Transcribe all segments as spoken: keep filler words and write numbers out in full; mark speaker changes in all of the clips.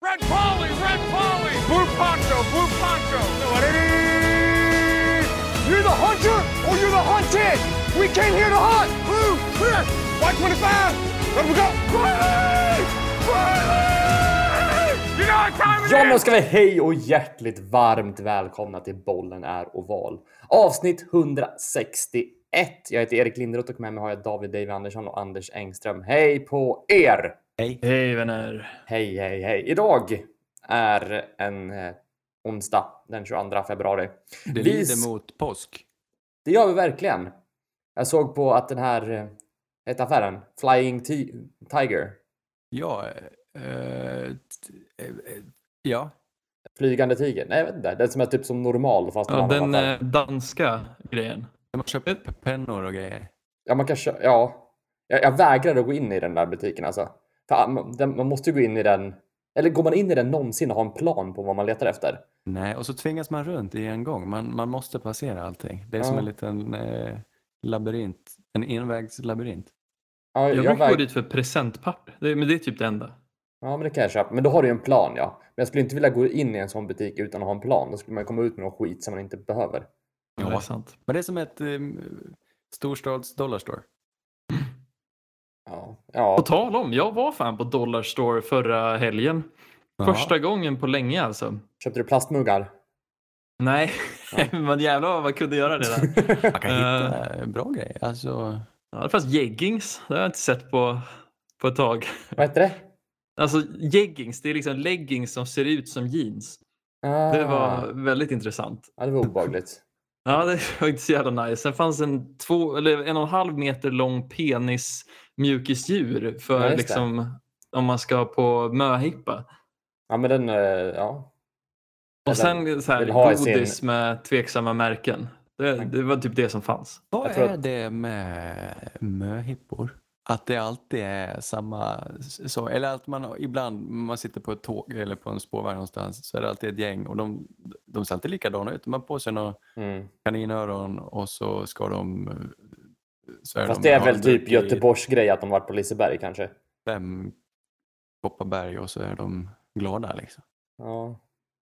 Speaker 1: Red Polly, Red Polly, Blue Poncho, Blue Poncho. You're the hunter or you're the hunted. We came here to hunt. Blue, clear. Y twenty-five. Let me go. Riley! Riley! You know what time it is?
Speaker 2: Ja, nu ska vi hej och hjärtligt varmt välkomna till Bollen är oval. Avsnitt etthundrasextioett. Jag heter Erik Linderoth och med mig har jag David Dave Andersson och Anders Engström. Hej på er!
Speaker 3: Hej.
Speaker 4: Hej vänner.
Speaker 2: Hej, hej, hej. Idag är en eh, onsdag den tjugoandra februari.
Speaker 3: Det
Speaker 2: Vi...
Speaker 3: lider mot påsk.
Speaker 2: Det gör vi verkligen. Jag såg på att den här eh, heter affären Flying T- Tiger.
Speaker 3: Ja, eh, t- eh, ja.
Speaker 2: Flygande tiger. Nej, jag vet inte. Den som är typ som normal. Fast
Speaker 4: Ja, den
Speaker 2: affär.
Speaker 4: eh, danska grejen.
Speaker 3: Man köper pennor och grejer.
Speaker 2: Ja, man kan köpa. Ja. Jag, jag vägrar att gå in i den där butiken alltså. För man, den, man måste ju gå in i den. Eller går man in i den någonsin och har en plan på vad man letar efter?
Speaker 3: Nej, och så tvingas man runt i en gång. Man, man måste passera allting. Det är
Speaker 2: Ja.
Speaker 3: som en liten eh, labyrint. En envägslabyrint.
Speaker 2: Ja,
Speaker 4: Jag,
Speaker 2: jag
Speaker 4: brukar
Speaker 2: väg...
Speaker 4: gå dit för presentpapper. Det, men det är typ det enda.
Speaker 2: ja, men det kan jag köpa. Men då har du ju en plan, ja. Men jag skulle inte vilja gå in i en sån butik utan att ha en plan. Då skulle man komma ut med någon skit som man inte behöver.
Speaker 4: Ja, det är sant.
Speaker 3: Men det är som ett eh, storstads dollarstore.
Speaker 2: Ja.
Speaker 4: På
Speaker 2: Ja.
Speaker 4: tal om, jag var fan på Dollar Store förra helgen.
Speaker 3: Ja.
Speaker 4: Första gången på länge alltså.
Speaker 2: Köpte du plastmuggar?
Speaker 4: Nej, men jävlar vad man kunde göra det där.
Speaker 3: Man kan hitta eh, bra grejer. Alltså,
Speaker 4: Ja, det fanns jeggings. Det har jag inte sett på, på ett tag.
Speaker 2: Vad heter det?
Speaker 4: Alltså jeggings, det är liksom leggings som ser ut som jeans.
Speaker 2: Ah.
Speaker 4: Det var väldigt intressant.
Speaker 2: Ja, det var obehagligt.
Speaker 4: Ja, det var inte så jävla nice. Sen fanns en två eller en och en halv meter lång penis mjukisdjur för
Speaker 2: Ja, just det.
Speaker 4: liksom om man ska på möhippa.
Speaker 2: Ja, men den, eh, ja.
Speaker 4: Och sen så här
Speaker 2: vill ha i
Speaker 4: godis
Speaker 2: sin-
Speaker 4: med tveksamma märken. Det, det var typ det som fanns.
Speaker 3: vad
Speaker 2: Jag tror
Speaker 3: är
Speaker 2: att-
Speaker 3: det med möhippor? Att det alltid är samma, så, eller att man ibland man sitter på ett tåg eller på en spårvagn någonstans så är det alltid ett gäng och de, de ser alltid likadana ut. Man har på sig några
Speaker 2: Mm.
Speaker 3: kaninöron och så ska de... Så är
Speaker 2: Fast
Speaker 3: de,
Speaker 2: det är
Speaker 3: har
Speaker 2: väl typ
Speaker 3: druckit
Speaker 2: Göteborgs grej att de varit på Liseberg kanske.
Speaker 3: fem Kopparberg och så är de glada liksom.
Speaker 2: Ja.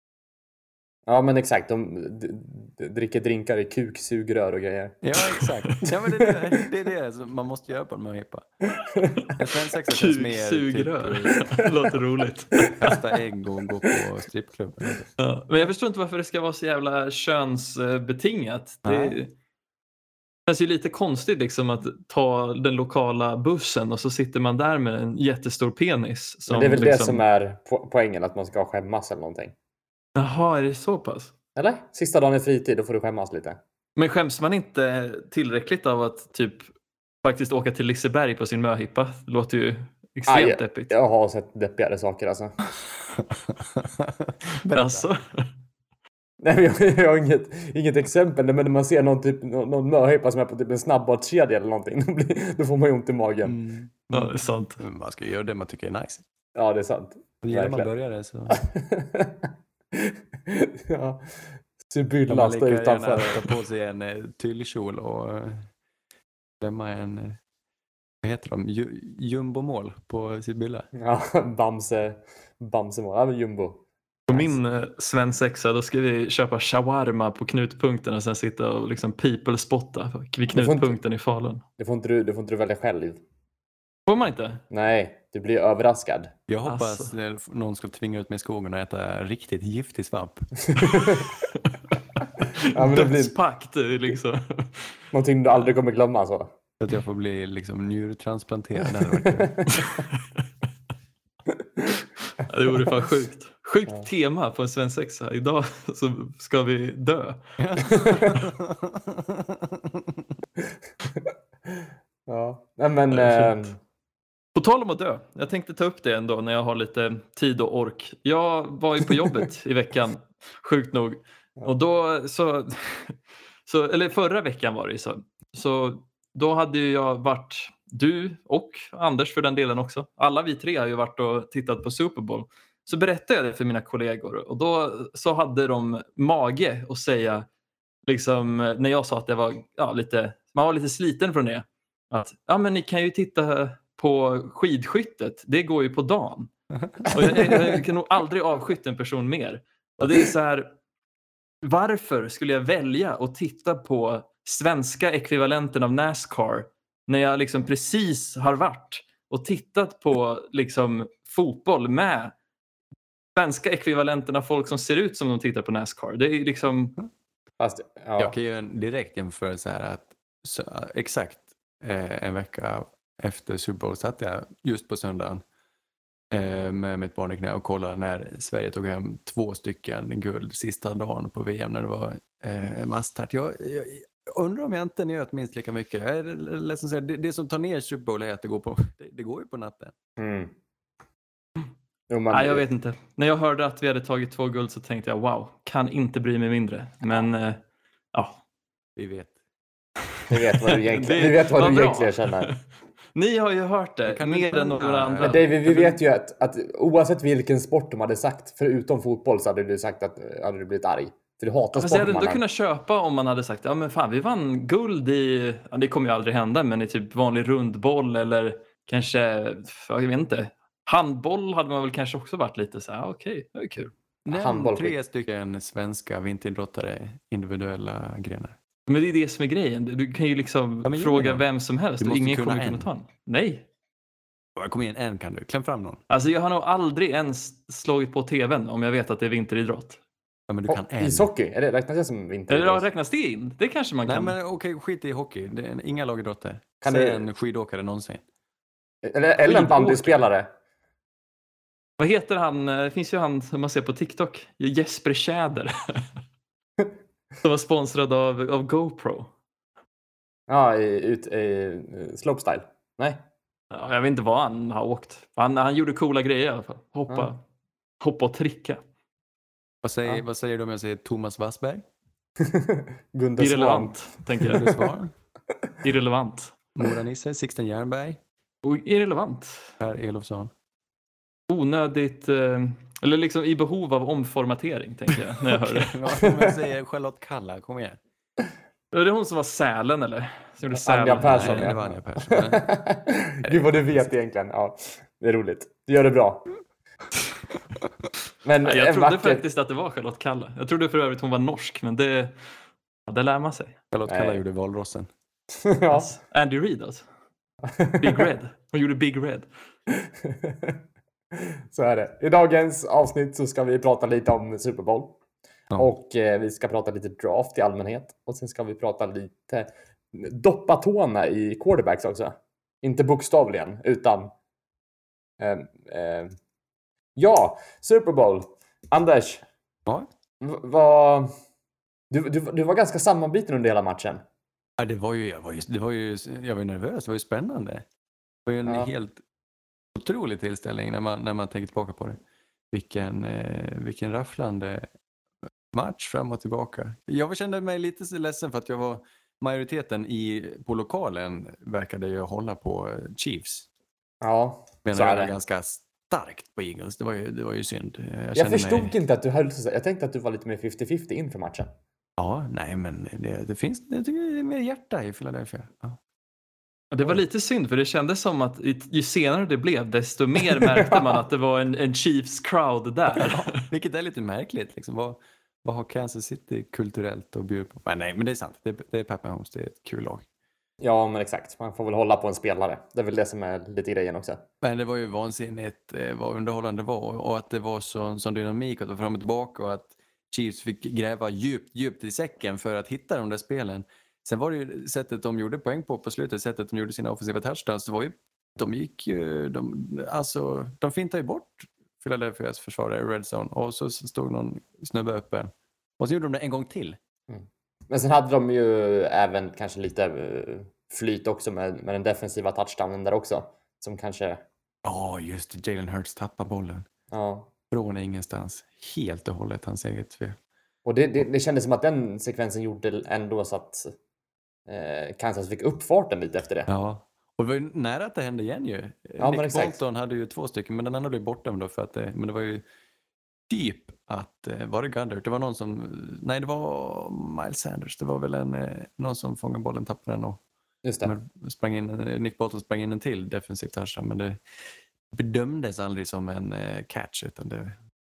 Speaker 2: Ja, men exakt. De d- d- dricker drinkar i kuksugrör och grejer.
Speaker 3: Ja, exakt. Ja, men det, är det, det är det som man måste göra på en möhippa. En svensexa känns mer
Speaker 4: Kuksugrör.
Speaker 3: typ
Speaker 4: Det låter roligt.
Speaker 3: kasta ägg och gå på strippklubben.
Speaker 4: Ja, men jag förstår inte varför det ska vara så jävla könsbetingat. Det
Speaker 3: Nej.
Speaker 4: känns ju lite konstigt liksom att ta den lokala bussen och så sitter man där med en jättestor penis. Som
Speaker 2: Men det är väl
Speaker 4: liksom...
Speaker 2: det som är po- poängen, att man ska skämmas eller någonting.
Speaker 4: Jaha, är det så pass?
Speaker 2: Eller? Sista dagen i fritid, då får du skämmas lite.
Speaker 4: Men skäms man inte tillräckligt av att typ faktiskt åka till Liseberg på sin möhippa? Det låter ju extremt
Speaker 2: Aj,
Speaker 4: deppigt.
Speaker 2: Jag har sett deppigare saker alltså.
Speaker 3: Berätta.
Speaker 4: Alltså,
Speaker 2: Nej, men jag, jag har inget, inget exempel, men när man ser någon, typ, någon, någon möhippa som är på typ en snabbmatskedja eller någonting, då, blir, då får man ju ont i magen.
Speaker 3: Mm.
Speaker 4: ja, det är sant.
Speaker 3: Man ska göra det man tycker är nice.
Speaker 2: Ja, det är sant.
Speaker 3: Och gillar man
Speaker 2: Verkligen.
Speaker 3: började så...
Speaker 2: Ja.
Speaker 3: Kan man
Speaker 2: Sibylla står
Speaker 3: lika gärna
Speaker 2: utanför.
Speaker 3: ta på sig en eh, tyllkjol och eh, klämma en... Eh, vad heter de? Ju, jumbomål på Sibylla.
Speaker 2: Ja, Bamse. Bamsemål. Ja, men jumbo.
Speaker 4: På min eh, svensexa då ska vi köpa shawarma på knutpunkten och sen sitta och liksom people spotta vid
Speaker 2: får inte-
Speaker 4: knutpunkten i Falun.
Speaker 2: Det får inte du, det får inte du välja själv.
Speaker 4: Får man inte?
Speaker 2: Nej, du blir överraskad.
Speaker 3: Jag hoppas
Speaker 4: Alltså.
Speaker 3: eh, någon ska tvinga ut mig i skogen och äta riktigt giftig svamp.
Speaker 2: Ja, men det blir
Speaker 4: Dödspakt eh, liksom.
Speaker 2: någonting du aldrig kommer glömma så.
Speaker 3: Så att jag får bli liksom njurtransplanterad. Det hade varit kul.
Speaker 4: Ja, det vore fan sjukt. Sjukt
Speaker 2: Ja.
Speaker 4: tema på en svensexa. Idag så ska vi dö.
Speaker 2: Ja, nej, men...
Speaker 4: Det är
Speaker 2: Eh,
Speaker 4: fint. På tal om att dö. Jag tänkte ta upp det ändå när jag har lite tid och ork. Jag var ju på jobbet i veckan. Sjukt nog. Och då så, så... Eller förra veckan var det ju så. Så då hade ju jag varit... Du och Anders för den delen också. Alla vi tre har ju varit och tittat på Super Bowl. Så berättade jag det för mina kollegor. Och då så hade de mage att säga... Liksom, när jag sa att det var ja, lite... Man var lite sliten från det. Att ja, men ni kan ju titta på skidskyttet. Det går ju på dagen. Och jag, jag, jag kan nog aldrig avskytt en person mer. Och det är så här, varför skulle jag välja att titta på svenska ekvivalenten av NASCAR när jag liksom precis har varit och tittat på liksom fotboll med svenska ekvivalenten av folk som ser ut som de tittar på NASCAR. Det är liksom...
Speaker 2: Fast, ja.
Speaker 3: Jag kan göra en direkt jämförelse här att så, exakt eh, en vecka efter Super Bowl satt jag just på söndagen eh, med mitt barn i knä och kollade när Sverige tog hem två stycken guld sista dagen på V M när det var eh, masstart. Jag, jag, jag undrar om jag inte njöt minst lika mycket. Jag är ledsen att säga, det, det som tar ner Super Bowl är att det går, på, det, det går ju på natten.
Speaker 2: Mm. Jo, man...
Speaker 4: Nej, jag vet inte. När jag hörde att vi hade tagit två guld så tänkte jag, wow, kan inte bry mig mindre. Men eh, ja.
Speaker 3: Vi vet.
Speaker 2: Vi vet vad du egentligen, vi vet vad du egentligen känner.
Speaker 4: Ni har ju hört det
Speaker 3: kan
Speaker 4: mer än några andra.
Speaker 2: Men David, vi vet ju att, att oavsett vilken sport de hade sagt, förutom fotboll, så hade du sagt att hade du blivit arg. För du hatar
Speaker 4: ja,
Speaker 2: sport.
Speaker 4: Jag hade ändå kunnat köpa om man hade sagt, ja men fan, vi vann guld i, ja, det kommer ju aldrig hända, men i typ vanlig rundboll eller kanske, jag vet inte, handboll hade man väl kanske också varit lite så här, okej, okay, det är kul.
Speaker 3: Nämn tre stycken svenska vinteridrottare, individuella grenar.
Speaker 4: Men det är det som är grejen. Du kan ju liksom
Speaker 3: ja,
Speaker 4: fråga vem som helst och ingen kommer kunna ta den. Nej.
Speaker 3: Kom igen, en kan du. Kläm fram någon.
Speaker 4: Alltså jag har nog aldrig ens slagit på tvn om jag vet att det är vinteridrott.
Speaker 3: Ja, men du kan
Speaker 2: oh, ishockey, är det räknas det som vinteridrott?
Speaker 4: Eller räknas det in? Det kanske man
Speaker 3: Nej,
Speaker 4: kan.
Speaker 3: Nej men okej, okay, skit i hockey. Det är inga lagidrotter.
Speaker 2: Kan
Speaker 3: Säg
Speaker 2: du...
Speaker 3: en skidåkare någonsin.
Speaker 2: Eller, eller en bandyspelare.
Speaker 4: Vad heter han? Det finns ju han som man ser på TikTok. Jesper Tjäder. Som var sponsrad av, av GoPro.
Speaker 2: Ja, i, ut i slopestyle. Nej.
Speaker 4: Ja, jag vet inte vad han har åkt. Han, han gjorde coola grejer i alla fall. Hoppa, ja. hoppa och tricka.
Speaker 3: Vad säger,
Speaker 2: ja.
Speaker 3: vad säger du om jag säger Thomas Wassberg?
Speaker 2: Gunde
Speaker 4: Irrelevant,
Speaker 2: Svan.
Speaker 4: tänker jag.
Speaker 3: Svan.
Speaker 4: Irrelevant.
Speaker 3: Mora Nisse, Sixten Jernberg.
Speaker 4: Och irrelevant.
Speaker 3: Per Elofsson.
Speaker 4: Onödigt, eh, eller liksom i behov av omformatering, tänker jag, när jag hör det.
Speaker 3: Vad säger Charlotte Kalla? Kom igen.
Speaker 4: Är det hon som var Sälen, eller? Som
Speaker 2: Anja Persson.
Speaker 3: Nej, det var Anja Persson.
Speaker 2: Gud vad du vet egentligen. Ja, det är roligt. Du gör det bra. Men
Speaker 4: Nej, jag trodde
Speaker 2: vacker...
Speaker 4: faktiskt att det var Charlotte Kalla. Jag trodde för övrigt hon var norsk, men det, ja, det lär man sig.
Speaker 3: Charlotte Kalla gjorde valrossen.
Speaker 2: Ja.
Speaker 4: Alltså, Andy Reid alltså. Big Red. Hon gjorde Big Red.
Speaker 2: Så är det. I dagens avsnitt så ska vi prata lite om Super Bowl. Ja. Och eh, vi ska prata lite draft i allmänhet. Och sen ska vi prata lite doppa tårna i quarterbacks också. Inte bokstavligen, utan eh, eh, ja, Super Bowl. Anders.
Speaker 3: Ja?
Speaker 2: V- vad... Du, du, du var ganska sammanbiten under hela matchen.
Speaker 3: Ja, det var ju, jag var ju, det var ju, jag var ju nervös. Det var ju spännande. Det var ju en ja. helt otrolig tillställning när man, när man tänker tillbaka på det. Vilken, eh, vilken rafflande match fram och tillbaka. Jag kände mig lite så ledsen för att jag var majoriteten i, på lokalen verkade ju hålla på Chiefs.
Speaker 2: Ja,
Speaker 3: men så är det. Ganska starkt på Eagles. Det var ju, det var ju synd.
Speaker 2: Jag, jag förstod mig... inte att du höll så. Jag tänkte att du var lite mer fifty fifty inför matchen.
Speaker 3: Ja, nej men det, det finns det, det är mer hjärta i Philadelphia. Ja.
Speaker 4: Det var lite synd, för det kändes som att ju senare det blev, desto mer märkte man att det var en, en Chiefs crowd där.
Speaker 3: Ja, vilket är lite märkligt. Liksom. Vad, vad har Kansas City kulturellt att bjuda på? Men nej, men det är sant. Det, det är Pat Mahomes, det är ett kul lag.
Speaker 2: Ja, men exakt. Man får väl hålla på en spelare. Det är väl det som är lite grejen också.
Speaker 3: Men det var ju vansinnigt vad underhållande var. Och att det var så, sån dynamik att det var fram och tillbaka. Och att Chiefs fick gräva djupt, djupt i säcken för att hitta de där spelen. Sen var det ju sättet de gjorde poäng på på slutet, sättet de gjorde sina offensiva touchdowns, det var ju, de gick ju, de, alltså, de fintade ju bort Philadelphias försvarare i red zone och så stod någon snubbe öppen. Och så gjorde de det en gång till.
Speaker 2: Mm. Men sen hade de ju även kanske lite flyt också med, med den defensiva touchdownen där också, som kanske...
Speaker 3: Ja, oh, just det, Jalen Hurts tappar bollen.
Speaker 2: Ja.
Speaker 3: Från ingenstans, helt och hållet hans eget fel.
Speaker 2: Och det, det, det kändes som att den sekvensen gjorde ändå så att eh, Kansas fick upp farten lite efter det.
Speaker 3: Ja, och det var ju nära att det hände igen ju.
Speaker 2: Ja,
Speaker 3: Nick Bolton hade ju två stycken, men den andra blev borta då för att det, men det var ju typ att, var det Goddard? Det var någon som, nej det var Miles Sanders, det var väl en, någon som fångade bollen, tappade den och
Speaker 2: just det.
Speaker 3: Sprang in, Nick Bolton sprang in en till defensivt touchdown, men det, bedömdes aldrig som en eh, catch utan det...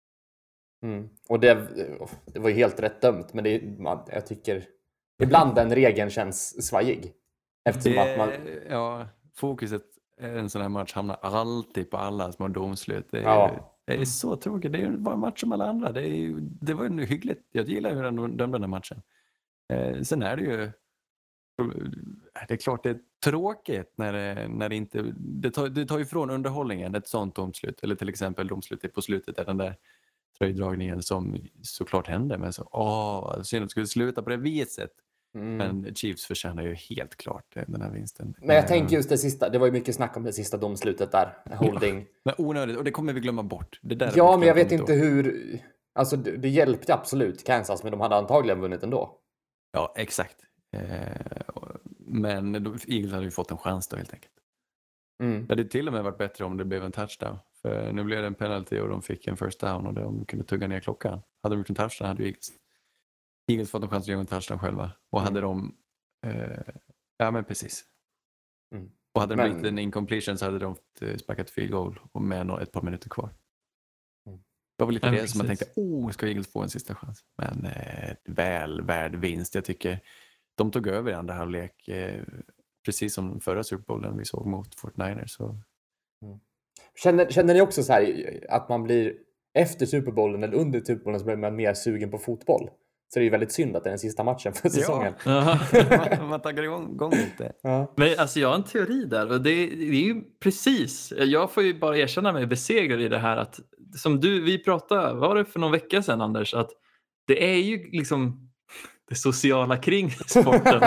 Speaker 2: Mm. Och det, det var ju helt rätt dömt, men det, man, jag tycker ibland den regeln känns svajig. Eftersom
Speaker 3: det,
Speaker 2: att man...
Speaker 3: Ja, fokuset en sån här match hamnar alltid på alla små domslut. Det är,
Speaker 2: Ja.
Speaker 3: det är så tråkigt. Det är ju bara en match som alla andra. Det, är, det var ju hyggligt. Jag gillar hur de dömde den här matchen. Eh, sen är det ju... Det är klart det är tråkigt när det, när det inte... Det tar, det tar ifrån underhållningen ett sånt domslut. Eller till exempel domslutet på slutet där den där tröjdragningen som såklart hände. Men så, åh, synd att det skulle sluta på det viset.
Speaker 2: Mm.
Speaker 3: Men Chiefs förtjänar ju helt klart den här vinsten.
Speaker 2: Men jag tänker just det sista, det var ju mycket snack om det sista domslutet där, holding.
Speaker 3: Men onödigt, och det kommer vi glömma bort. Det där
Speaker 2: ja, men jag vet inte hur... Alltså, det, det hjälpte absolut Kansas, men de hade antagligen vunnit ändå.
Speaker 3: Ja, exakt. Eh, men då, Eagles hade ju fått en chans då helt enkelt.
Speaker 2: Mm.
Speaker 3: Det hade till och med varit bättre om det blev en touchdown. För nu blev det en penalty och de fick en first down och de kunde tugga ner klockan. Hade de gjort en touchdown hade ju Eagles, Eagles fått en chans att göra en touchdown själva. Och hade mm. de... Eh, ja, men precis.
Speaker 2: Mm.
Speaker 3: Och hade det
Speaker 2: men...
Speaker 3: blivit en incompletion så hade de sparkat field goal och med ett par minuter kvar.
Speaker 2: Mm.
Speaker 3: Det var väl lite
Speaker 4: men
Speaker 3: det
Speaker 4: precis.
Speaker 3: som man tänkte, åh, ska Eagles få en sista chans? Men eh, väl värd vinst. Jag tycker de tog över i andra halvlek eh, precis som förra Super Bowlen vi såg mot forty-niners. Så.
Speaker 2: Mm. Känner, känner ni också så här att man blir efter Super Bowlen eller under Super Bowlen så blir man mer sugen på fotboll? Så det är ju väldigt synd att det är den sista matchen för säsongen.
Speaker 3: Ja. man, man taggar igång, igång lite.
Speaker 2: Ja.
Speaker 4: Men alltså jag har en teori där och det, det är ju precis, jag får ju bara erkänna mig besegrad i det här att som du, vi pratade, vad var det för någon vecka sedan Anders, att det är ju liksom det sociala kring sporten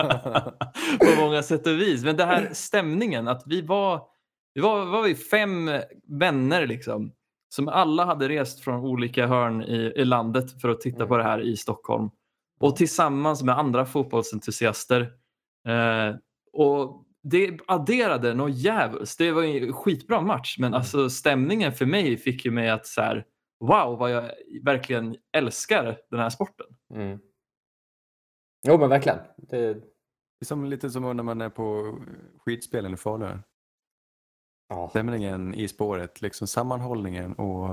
Speaker 4: på många sätt och vis. Men det här stämningen att vi var, vi var, var vi fem vänner liksom som alla hade rest från olika hörn i, i landet för att titta mm. på det här i Stockholm. Och tillsammans med andra fotbollsentusiaster. Eh, och det adderade något jävligt. Det var en skitbra match. Men mm. alltså stämningen för mig fick ju mig att så här, wow, vad jag verkligen älskar den här sporten.
Speaker 2: Mm. Jo, men verkligen. Det...
Speaker 3: det är som, lite som när man är på skidspelen i Falun.
Speaker 2: Ja.
Speaker 3: Stämningen i spåret, liksom sammanhållningen och,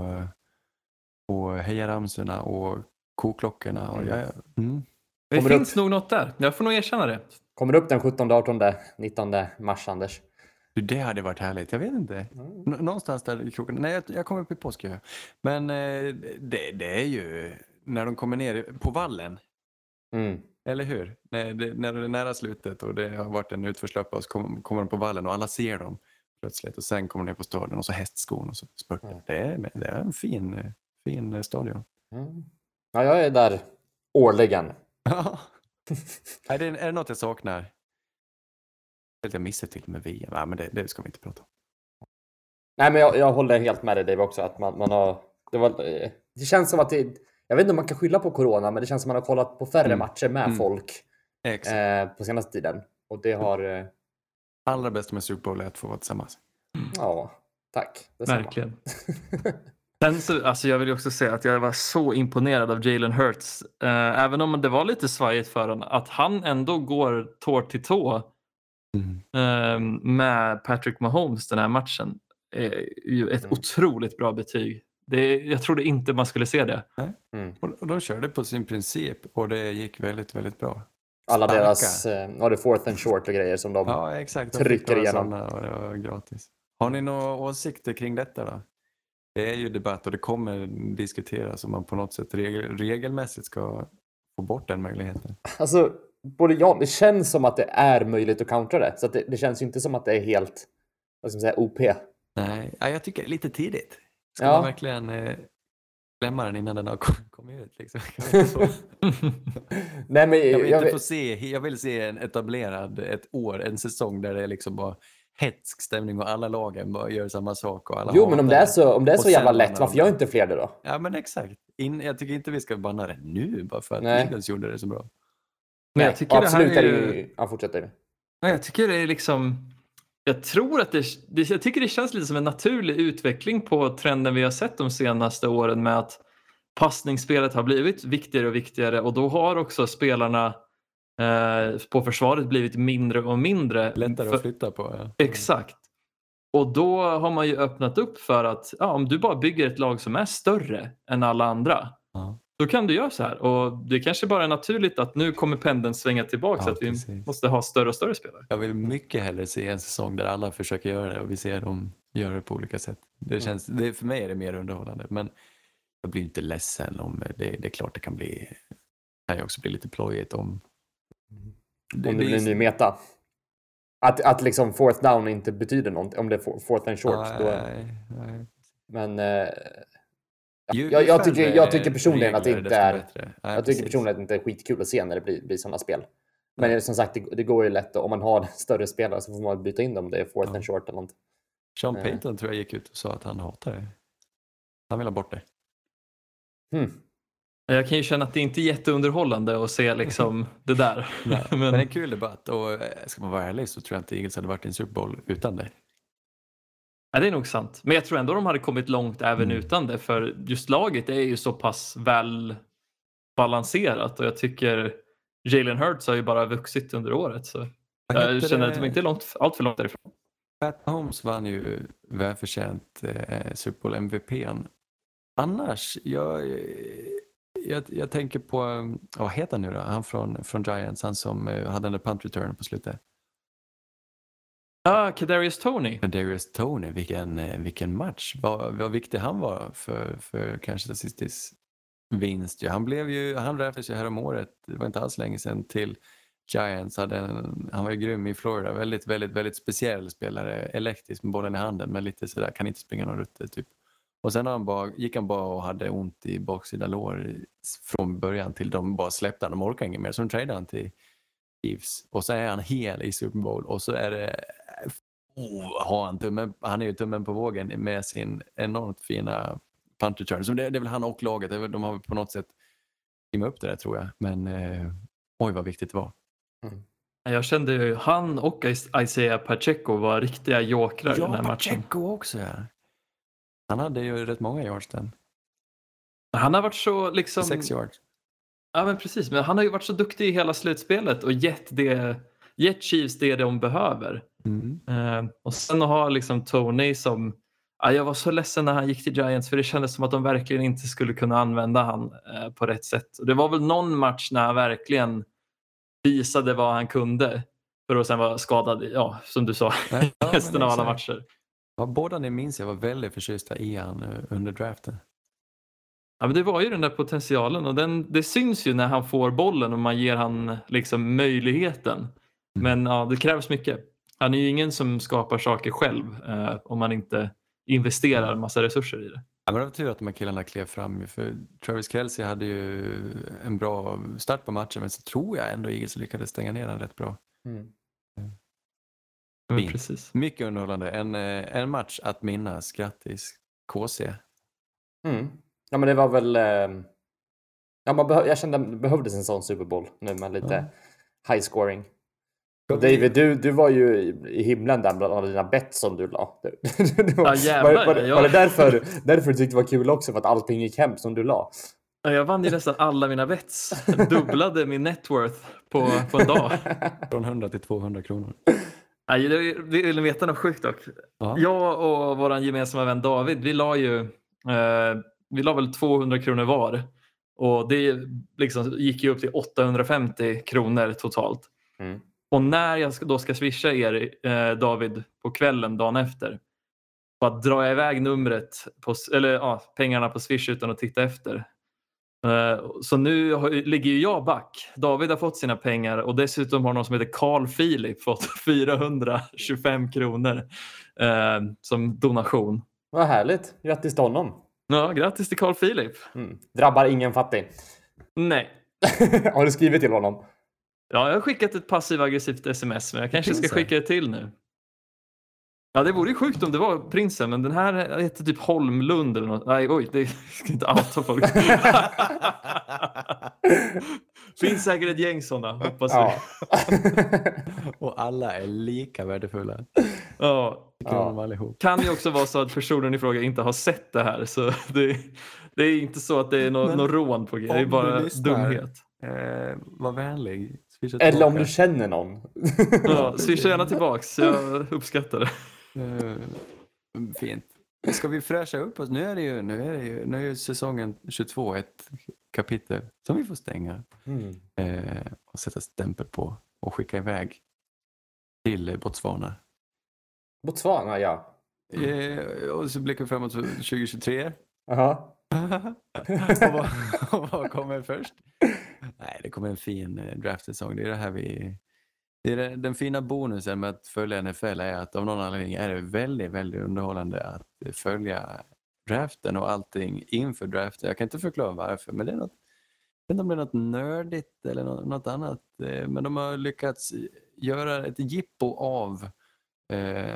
Speaker 3: och hejaramsorna och koklockorna. Och, ja, ja. Mm.
Speaker 4: Det
Speaker 2: Kommer
Speaker 4: finns
Speaker 2: upp...
Speaker 4: nog något där. Jag får nog erkänna det.
Speaker 2: Kommer upp den sjuttonde, artonde, nittonde mars, Anders?
Speaker 3: Det hade varit härligt, jag vet inte. Mm. Någonstans där i kroken. Nej, jag, jag kommer upp i påsk. Men eh, det, det är ju när de kommer ner på vallen.
Speaker 2: Mm.
Speaker 3: Eller hur? När det, när det är nära slutet och det har varit en utförslöpa och så kommer, kommer de på vallen och alla ser dem plötsligt. Och sen kommer de ner på stadion och så hästskon och så spurtar. Mm. Det, är, det är en fin, fin stadion.
Speaker 2: Mm. Ja, jag är där årligen.
Speaker 3: är, det, är det något jag saknar? Jag missar till med V M. Ja, men det, det ska vi inte prata om.
Speaker 2: Nej, men jag, jag håller helt med dig Dave också. Att man, man har, det, var, det känns som att det, jag vet inte om man kan skylla på corona, men det känns som att man har kollat på färre mm. matcher med mm. folk eh, på senaste tiden. Och det har... Eh...
Speaker 3: Allra bäst med Super Bowl är att få vara tillsammans.
Speaker 2: Mm. Ja, tack.
Speaker 4: Verkligen. Sen så, alltså jag vill ju också säga att jag var så imponerad av Jalen Hurts. Eh, även om det var lite svajigt för honom. Att han ändå går tår till tå mm. eh, med Patrick Mahomes den här matchen. Är ju ett mm. otroligt bra betyg. Det, jag trodde inte man skulle se det.
Speaker 3: Mm. Och, och de körde på sin princip och det gick väldigt, väldigt bra.
Speaker 2: Alla Starka. deras, ja det fourth and short och grejer som de
Speaker 3: ja, exakt. De
Speaker 2: trycker igenom.
Speaker 3: Och det var gratis. Har ni några åsikter kring detta då? Det är ju debatt och det kommer diskuteras om man på något sätt regel, regelmässigt ska få bort den möjligheten.
Speaker 2: Alltså, både ja, det känns som att det är möjligt att countera det. Så att det, det känns ju inte som att det är helt, vad ska man säga, O P.
Speaker 3: Nej, jag tycker det är lite tidigt. Ska
Speaker 2: ja.
Speaker 3: man verkligen eh, klämma den innan den har kommit ut? Liksom?
Speaker 2: Nej, men,
Speaker 3: jag, vill
Speaker 2: jag,
Speaker 3: inte
Speaker 2: vill...
Speaker 3: få se, jag vill se en etablerad, ett år, en säsong där det är liksom bara hetsk stämning och alla lagen bara gör samma sak. Och alla
Speaker 2: jo, men om det är så, om det är så jävla lätt, varför gör
Speaker 3: de...
Speaker 2: inte fler det då?
Speaker 3: Ja, men exakt. In, jag tycker inte vi ska banna det nu bara för att Eagles gjorde det så bra.
Speaker 4: Men jag tycker
Speaker 2: absolut
Speaker 4: det här
Speaker 2: är
Speaker 4: är
Speaker 2: ju... Ja, fortsätter.
Speaker 4: Nej, jag tycker det är liksom... Jag tror att det, det... Jag tycker det känns lite som en naturlig utveckling på trenden vi har sett de senaste åren med att passningsspelet har blivit viktigare och viktigare och då har också spelarna eh, på försvaret blivit mindre och mindre.
Speaker 3: Lättare
Speaker 4: för...
Speaker 3: att flytta på. Ja.
Speaker 4: Exakt. Och då har man ju öppnat upp för att ja, om du bara bygger ett lag som är större än alla andra,
Speaker 3: Ja.
Speaker 4: då kan du göra så här. Och det kanske bara är naturligt att nu kommer pendeln svänga tillbaka,
Speaker 3: Ja,
Speaker 4: så att vi
Speaker 3: precis.
Speaker 4: måste ha större och större spelare.
Speaker 3: Jag vill mycket hellre se en säsong där alla försöker göra det och vi ser dem göra det på olika sätt. Det känns, det, för mig är det mer underhållande, men jag blir inte ledsen om det. Det är klart det kan bli, kan ju också bli lite plojigt om
Speaker 2: Det, om det blir en ny meta. Att, att liksom fourth down inte betyder något. Om det är fourth and short.
Speaker 3: Nej,
Speaker 2: då...
Speaker 3: nej.
Speaker 2: Men eh,
Speaker 3: Ju,
Speaker 2: jag,
Speaker 3: ju
Speaker 2: jag, tycker,
Speaker 3: färre
Speaker 2: jag tycker personligen att det
Speaker 3: regler,
Speaker 2: inte
Speaker 3: desto
Speaker 2: är...
Speaker 3: bättre. Nej,
Speaker 2: jag tycker
Speaker 3: precis.
Speaker 2: personligen att det inte är skitkul att se när det blir, blir sådana spel. Men som sagt, det, det går ju lätt. Om man har större spelare så får man byta in dem. Om det är fourth
Speaker 3: Ja.
Speaker 2: and short eller något.
Speaker 3: Sean
Speaker 2: Eh.
Speaker 3: Payton tror jag gick ut och sa att han hatar det. Han vill ha bort det.
Speaker 2: Hmm.
Speaker 4: Jag kan ju känna att det inte är jätteunderhållande att se liksom det där.
Speaker 3: Nej, men... men det är
Speaker 4: men,
Speaker 3: en kul debatt och eh, ska man vara ärlig så tror jag inte Eagles hade varit i en Super Bowl utan det.
Speaker 4: ja, det är nog sant. Men jag tror ändå de hade kommit långt även
Speaker 3: Mm.
Speaker 4: utan det. För just laget är ju så pass väl balanserat. Och jag tycker Jalen Hurts har ju bara vuxit under året. Så
Speaker 3: Vad
Speaker 4: jag
Speaker 3: heter
Speaker 4: känner
Speaker 3: det?
Speaker 4: att de inte är långt, allt för långt därifrån.
Speaker 3: Pat Mahomes vann ju välförtjänt eh, Super Bowl M V P:n. Annars, jag, jag, jag tänker på, eh, vad heter han nu då? Han från, från Giants, han som eh, hade den där punt return på slutet.
Speaker 4: Ah, Kadarius Toney.
Speaker 3: Kadarius Toney, vilken, eh, vilken match. Vad, vad viktig han var för, för kanske Cincinnati's vinst. Ja, han blev ju, han draftades ju här om året, det var inte alls länge sedan, till Giants. Hade en, han var ju grym i Florida, väldigt, väldigt, väldigt speciell spelare, elektrisk med bollen i handen, men lite sådär, kan inte springa någon rutte typ. Och sen han bara, gick han bara och hade ont i baksida lår från början till de bara släppte han, de orkade inget mer, så de tradade han till Chiefs. Och så är han hel i Super Bowl och så är det oh, har han tummen, han är ju tummen på vågen med sin enormt fina punt return. Så det, det är väl han och laget, de har på något sätt teamat upp det där tror jag, men eh, oj vad viktigt det var.
Speaker 2: Mm.
Speaker 4: Jag kände ju han och Isaiah Pacheco var riktiga jokrar i den här
Speaker 3: Ja,
Speaker 4: matchen.
Speaker 3: Pacheco också ja. Han hade ju rätt många yards den.
Speaker 4: Han har varit så liksom...
Speaker 3: Sex yards.
Speaker 4: Ja men precis, men han har ju varit så duktig i hela slutspelet och gett, det, gett Chiefs det de behöver.
Speaker 3: Mm.
Speaker 4: Uh, och sen har liksom Toney som... Ja, jag var så ledsen när han gick till Giants för det kändes som att de verkligen inte skulle kunna använda han uh, på rätt sätt. Och det var väl någon match när han verkligen visade vad han kunde för att sen vara skadad, ja som du sa,
Speaker 3: Nej, ja,
Speaker 4: resten av alla
Speaker 3: exakt.
Speaker 4: matcher.
Speaker 3: Ja, båda ni minns jag var väldigt förtjusta i han eh, under draften.
Speaker 4: Ja, men det var ju den där potentialen och den, det syns ju när han får bollen och man ger han liksom möjligheten. Men ja, det krävs mycket. Han är ju ingen som skapar saker själv eh, om man inte investerar en massa resurser i det.
Speaker 3: Ja, men det var tur att de här killarna klev fram. För Travis Kelce hade ju en bra start på matchen, men så tror jag ändå Eagles lyckades stänga ner den rätt bra.
Speaker 2: Mm.
Speaker 4: Men
Speaker 3: Fint.
Speaker 4: precis.
Speaker 3: Mycket underhållande. En, eh, en match att minnas. Grattis K C.
Speaker 2: Mm. Ja, men det var väl... Eh... Ja, man behö... Jag kände att det behövdes en sån Super Bowl nu med lite
Speaker 3: Ja.
Speaker 2: high scoring. Och David, du, du var ju i himlen där bland alla dina bett som du la. Det var,
Speaker 4: Ja, jävlar,
Speaker 2: var, var,
Speaker 4: jag-
Speaker 2: var det därför, därför du tyckte det var kul också? För att allting gick hem som du la?
Speaker 4: Ja, jag vann ju nästan alla mina bets. Jag dubblade min net worth på, på en dag.
Speaker 3: Från hundra till tvåhundra kronor.
Speaker 4: Nej, det vill ni veta något sjukt dock.
Speaker 3: Ja.
Speaker 4: Jag och vår gemensamma vän David, vi la ju eh, vi la väl tvåhundra kronor var. Och det liksom gick ju upp till åttahundrafemtio kronor totalt.
Speaker 2: Mm.
Speaker 4: Och när jag ska, då ska swisha er, eh, David, på kvällen dagen efter. Bara drar jag iväg numret, på, eller ja, pengarna på Swish utan att titta efter. Uh, så nu har, ligger ju jag back. David har fått sina pengar och dessutom har någon som heter Carl Philip fått fyrahundratjugofem kronor uh, som donation.
Speaker 2: Vad härligt. Grattis till honom.
Speaker 4: Ja, grattis till Carl Philip.
Speaker 2: Mm. Drabbar ingen fattig.
Speaker 4: Nej.
Speaker 2: Har du skrivit till honom?
Speaker 4: Ja, jag har skickat ett passiv-aggressivt sms, men jag kanske ska
Speaker 3: Prinsen?
Speaker 4: skicka det till nu. Ja, det vore ju sjukt om det var prinsen, men den här heter typ Holmlund eller något. Nej, oj, det ska inte outa folk. Finns säkert ett gäng sådana, hoppas
Speaker 2: Ja.
Speaker 4: vi.
Speaker 3: Och alla är lika värdefulla.
Speaker 4: Ja.
Speaker 3: Tycker
Speaker 2: Ja.
Speaker 3: om dem allihop.
Speaker 4: Kan ju också vara så att personen i fråga inte har sett det här, så det, det är inte så att det är något
Speaker 3: Men
Speaker 4: no rån på grejer, det är
Speaker 3: om
Speaker 4: bara
Speaker 3: du lyssnar-
Speaker 4: dumhet.
Speaker 3: Eh, var vänlig. Swisha
Speaker 2: Eller om
Speaker 3: tillbaka.
Speaker 2: du känner någon.
Speaker 4: Ja, swisha gärna tillbaks, jag uppskattar det.
Speaker 3: Uh, fint. Ska vi fräscha upp oss? Nu är det ju, nu är det ju, nu är ju säsongen tjugotvå ett kapitel som vi får stänga.
Speaker 2: Mm.
Speaker 3: Uh, och sätta stämpel på och skicka iväg till Botswana.
Speaker 2: Botswana, ja.
Speaker 3: Uh, och så blickar vi framåt tjugo tjugotre.
Speaker 2: Aha.
Speaker 3: och, vad, och vad kommer först? Nej, det kommer en fin draftsäsong. Det är det här vi... Det är det, den fina bonusen med att följa N F L är att av någon anledning är det väldigt, väldigt underhållande att följa draften och allting inför draften. Jag kan inte förklara varför, men det är något, jag vet inte om det är något nördigt eller något, något annat. Men de har lyckats göra ett jippo av eh,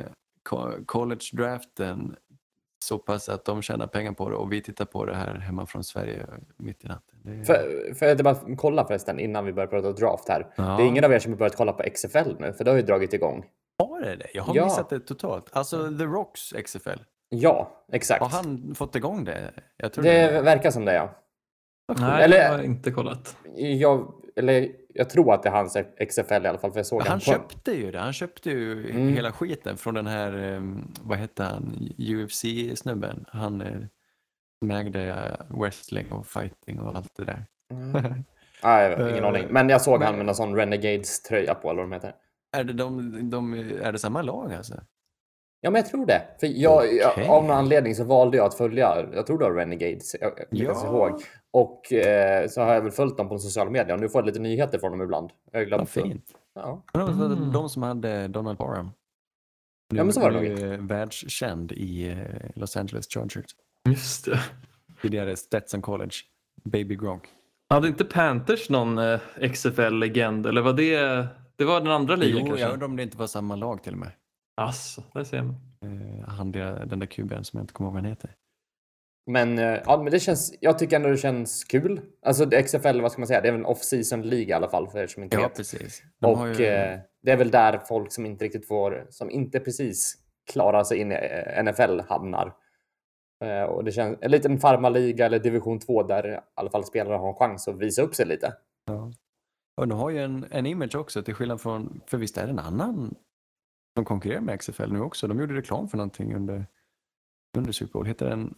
Speaker 3: college-draften så pass att de tjänar pengar på det och vi tittar på det här hemma från Sverige mitt i natten. Är...
Speaker 2: För, för jag bara kolla förresten innan vi börjar prata draft här.
Speaker 3: Ja.
Speaker 2: Det är ingen av er som har börjat kolla på X F L nu, för det har ju dragit igång.
Speaker 3: Har det det? Jag har
Speaker 2: Ja.
Speaker 3: missat det totalt. Alltså The Rocks X F L.
Speaker 2: Ja, exakt.
Speaker 3: Har han fått igång det? Jag tror
Speaker 2: det,
Speaker 3: det
Speaker 2: verkar som det, ja.
Speaker 4: Nej,
Speaker 2: Eller-
Speaker 4: det har jag inte kollat.
Speaker 2: Jag, eller, jag tror att det är hans X F L i alla fall, för jag såg
Speaker 3: Han
Speaker 2: han på...
Speaker 3: köpte ju det. Han köpte ju
Speaker 2: Mm.
Speaker 3: hela skiten från den här, um, vad hette han, U F C-snubben. Han eh, som ägde uh, wrestling och fighting och allt det där.
Speaker 2: Mm. Ah, jag har ingen
Speaker 3: Eh,
Speaker 2: aning. Men jag såg
Speaker 3: men-
Speaker 2: han med någon sån Renegades-tröja på, eller vad de heter.
Speaker 3: Är det, de, de, är det samma lag alltså?
Speaker 2: Ja, men jag tror det. För jag, jag,
Speaker 3: Okej.
Speaker 2: av någon anledning så valde jag att följa, jag tror det var Renegades, jag jag lyckas
Speaker 3: Ja.
Speaker 2: ihåg. Och eh, så har jag väl följt dem på sociala medier och nu får jag lite nyheter från dem ibland. Jag är glad
Speaker 3: Vad
Speaker 2: för.
Speaker 3: fint.
Speaker 2: Ja.
Speaker 3: Men det var
Speaker 4: Mm.
Speaker 3: de som hade Donald Parham. Nu,
Speaker 2: Ja, men så var det
Speaker 3: nu är världskänd i eh, Los Angeles Chargers.
Speaker 4: Just det.
Speaker 3: Tidigare Stetson College. Baby Gronk.
Speaker 4: Hade inte Panthers någon eh, X F L-legend? Eller var det... Det var den andra ligan
Speaker 3: Jo,
Speaker 4: kanske?
Speaker 3: jag undrar om det inte var samma lag till och med.
Speaker 4: Asså, där ser man.
Speaker 3: Eh, han, det- den där kuben som jag inte kommer ihåg vad han heter.
Speaker 2: Men, eh, ja, men det känns, jag tycker ändå det känns kul. Alltså det X F L, vad ska man säga, det är väl en off-season liga i alla fall för er som inte
Speaker 3: Ja,
Speaker 2: vet.
Speaker 3: precis. De
Speaker 2: Och
Speaker 3: har ju,
Speaker 2: eh, det är väl där folk som inte riktigt får, som inte precis klarar sig in i eh, N F L hamnar. Eh, och det känns en liten farmarliga eller division två där i alla fall spelare har en chans att visa upp sig lite.
Speaker 3: ja. Och de har ju en, en image också till skillnad från, för visst är det en annan som konkurrerar med X F L nu också. De gjorde reklam för någonting under, under Super Bowl. Heter den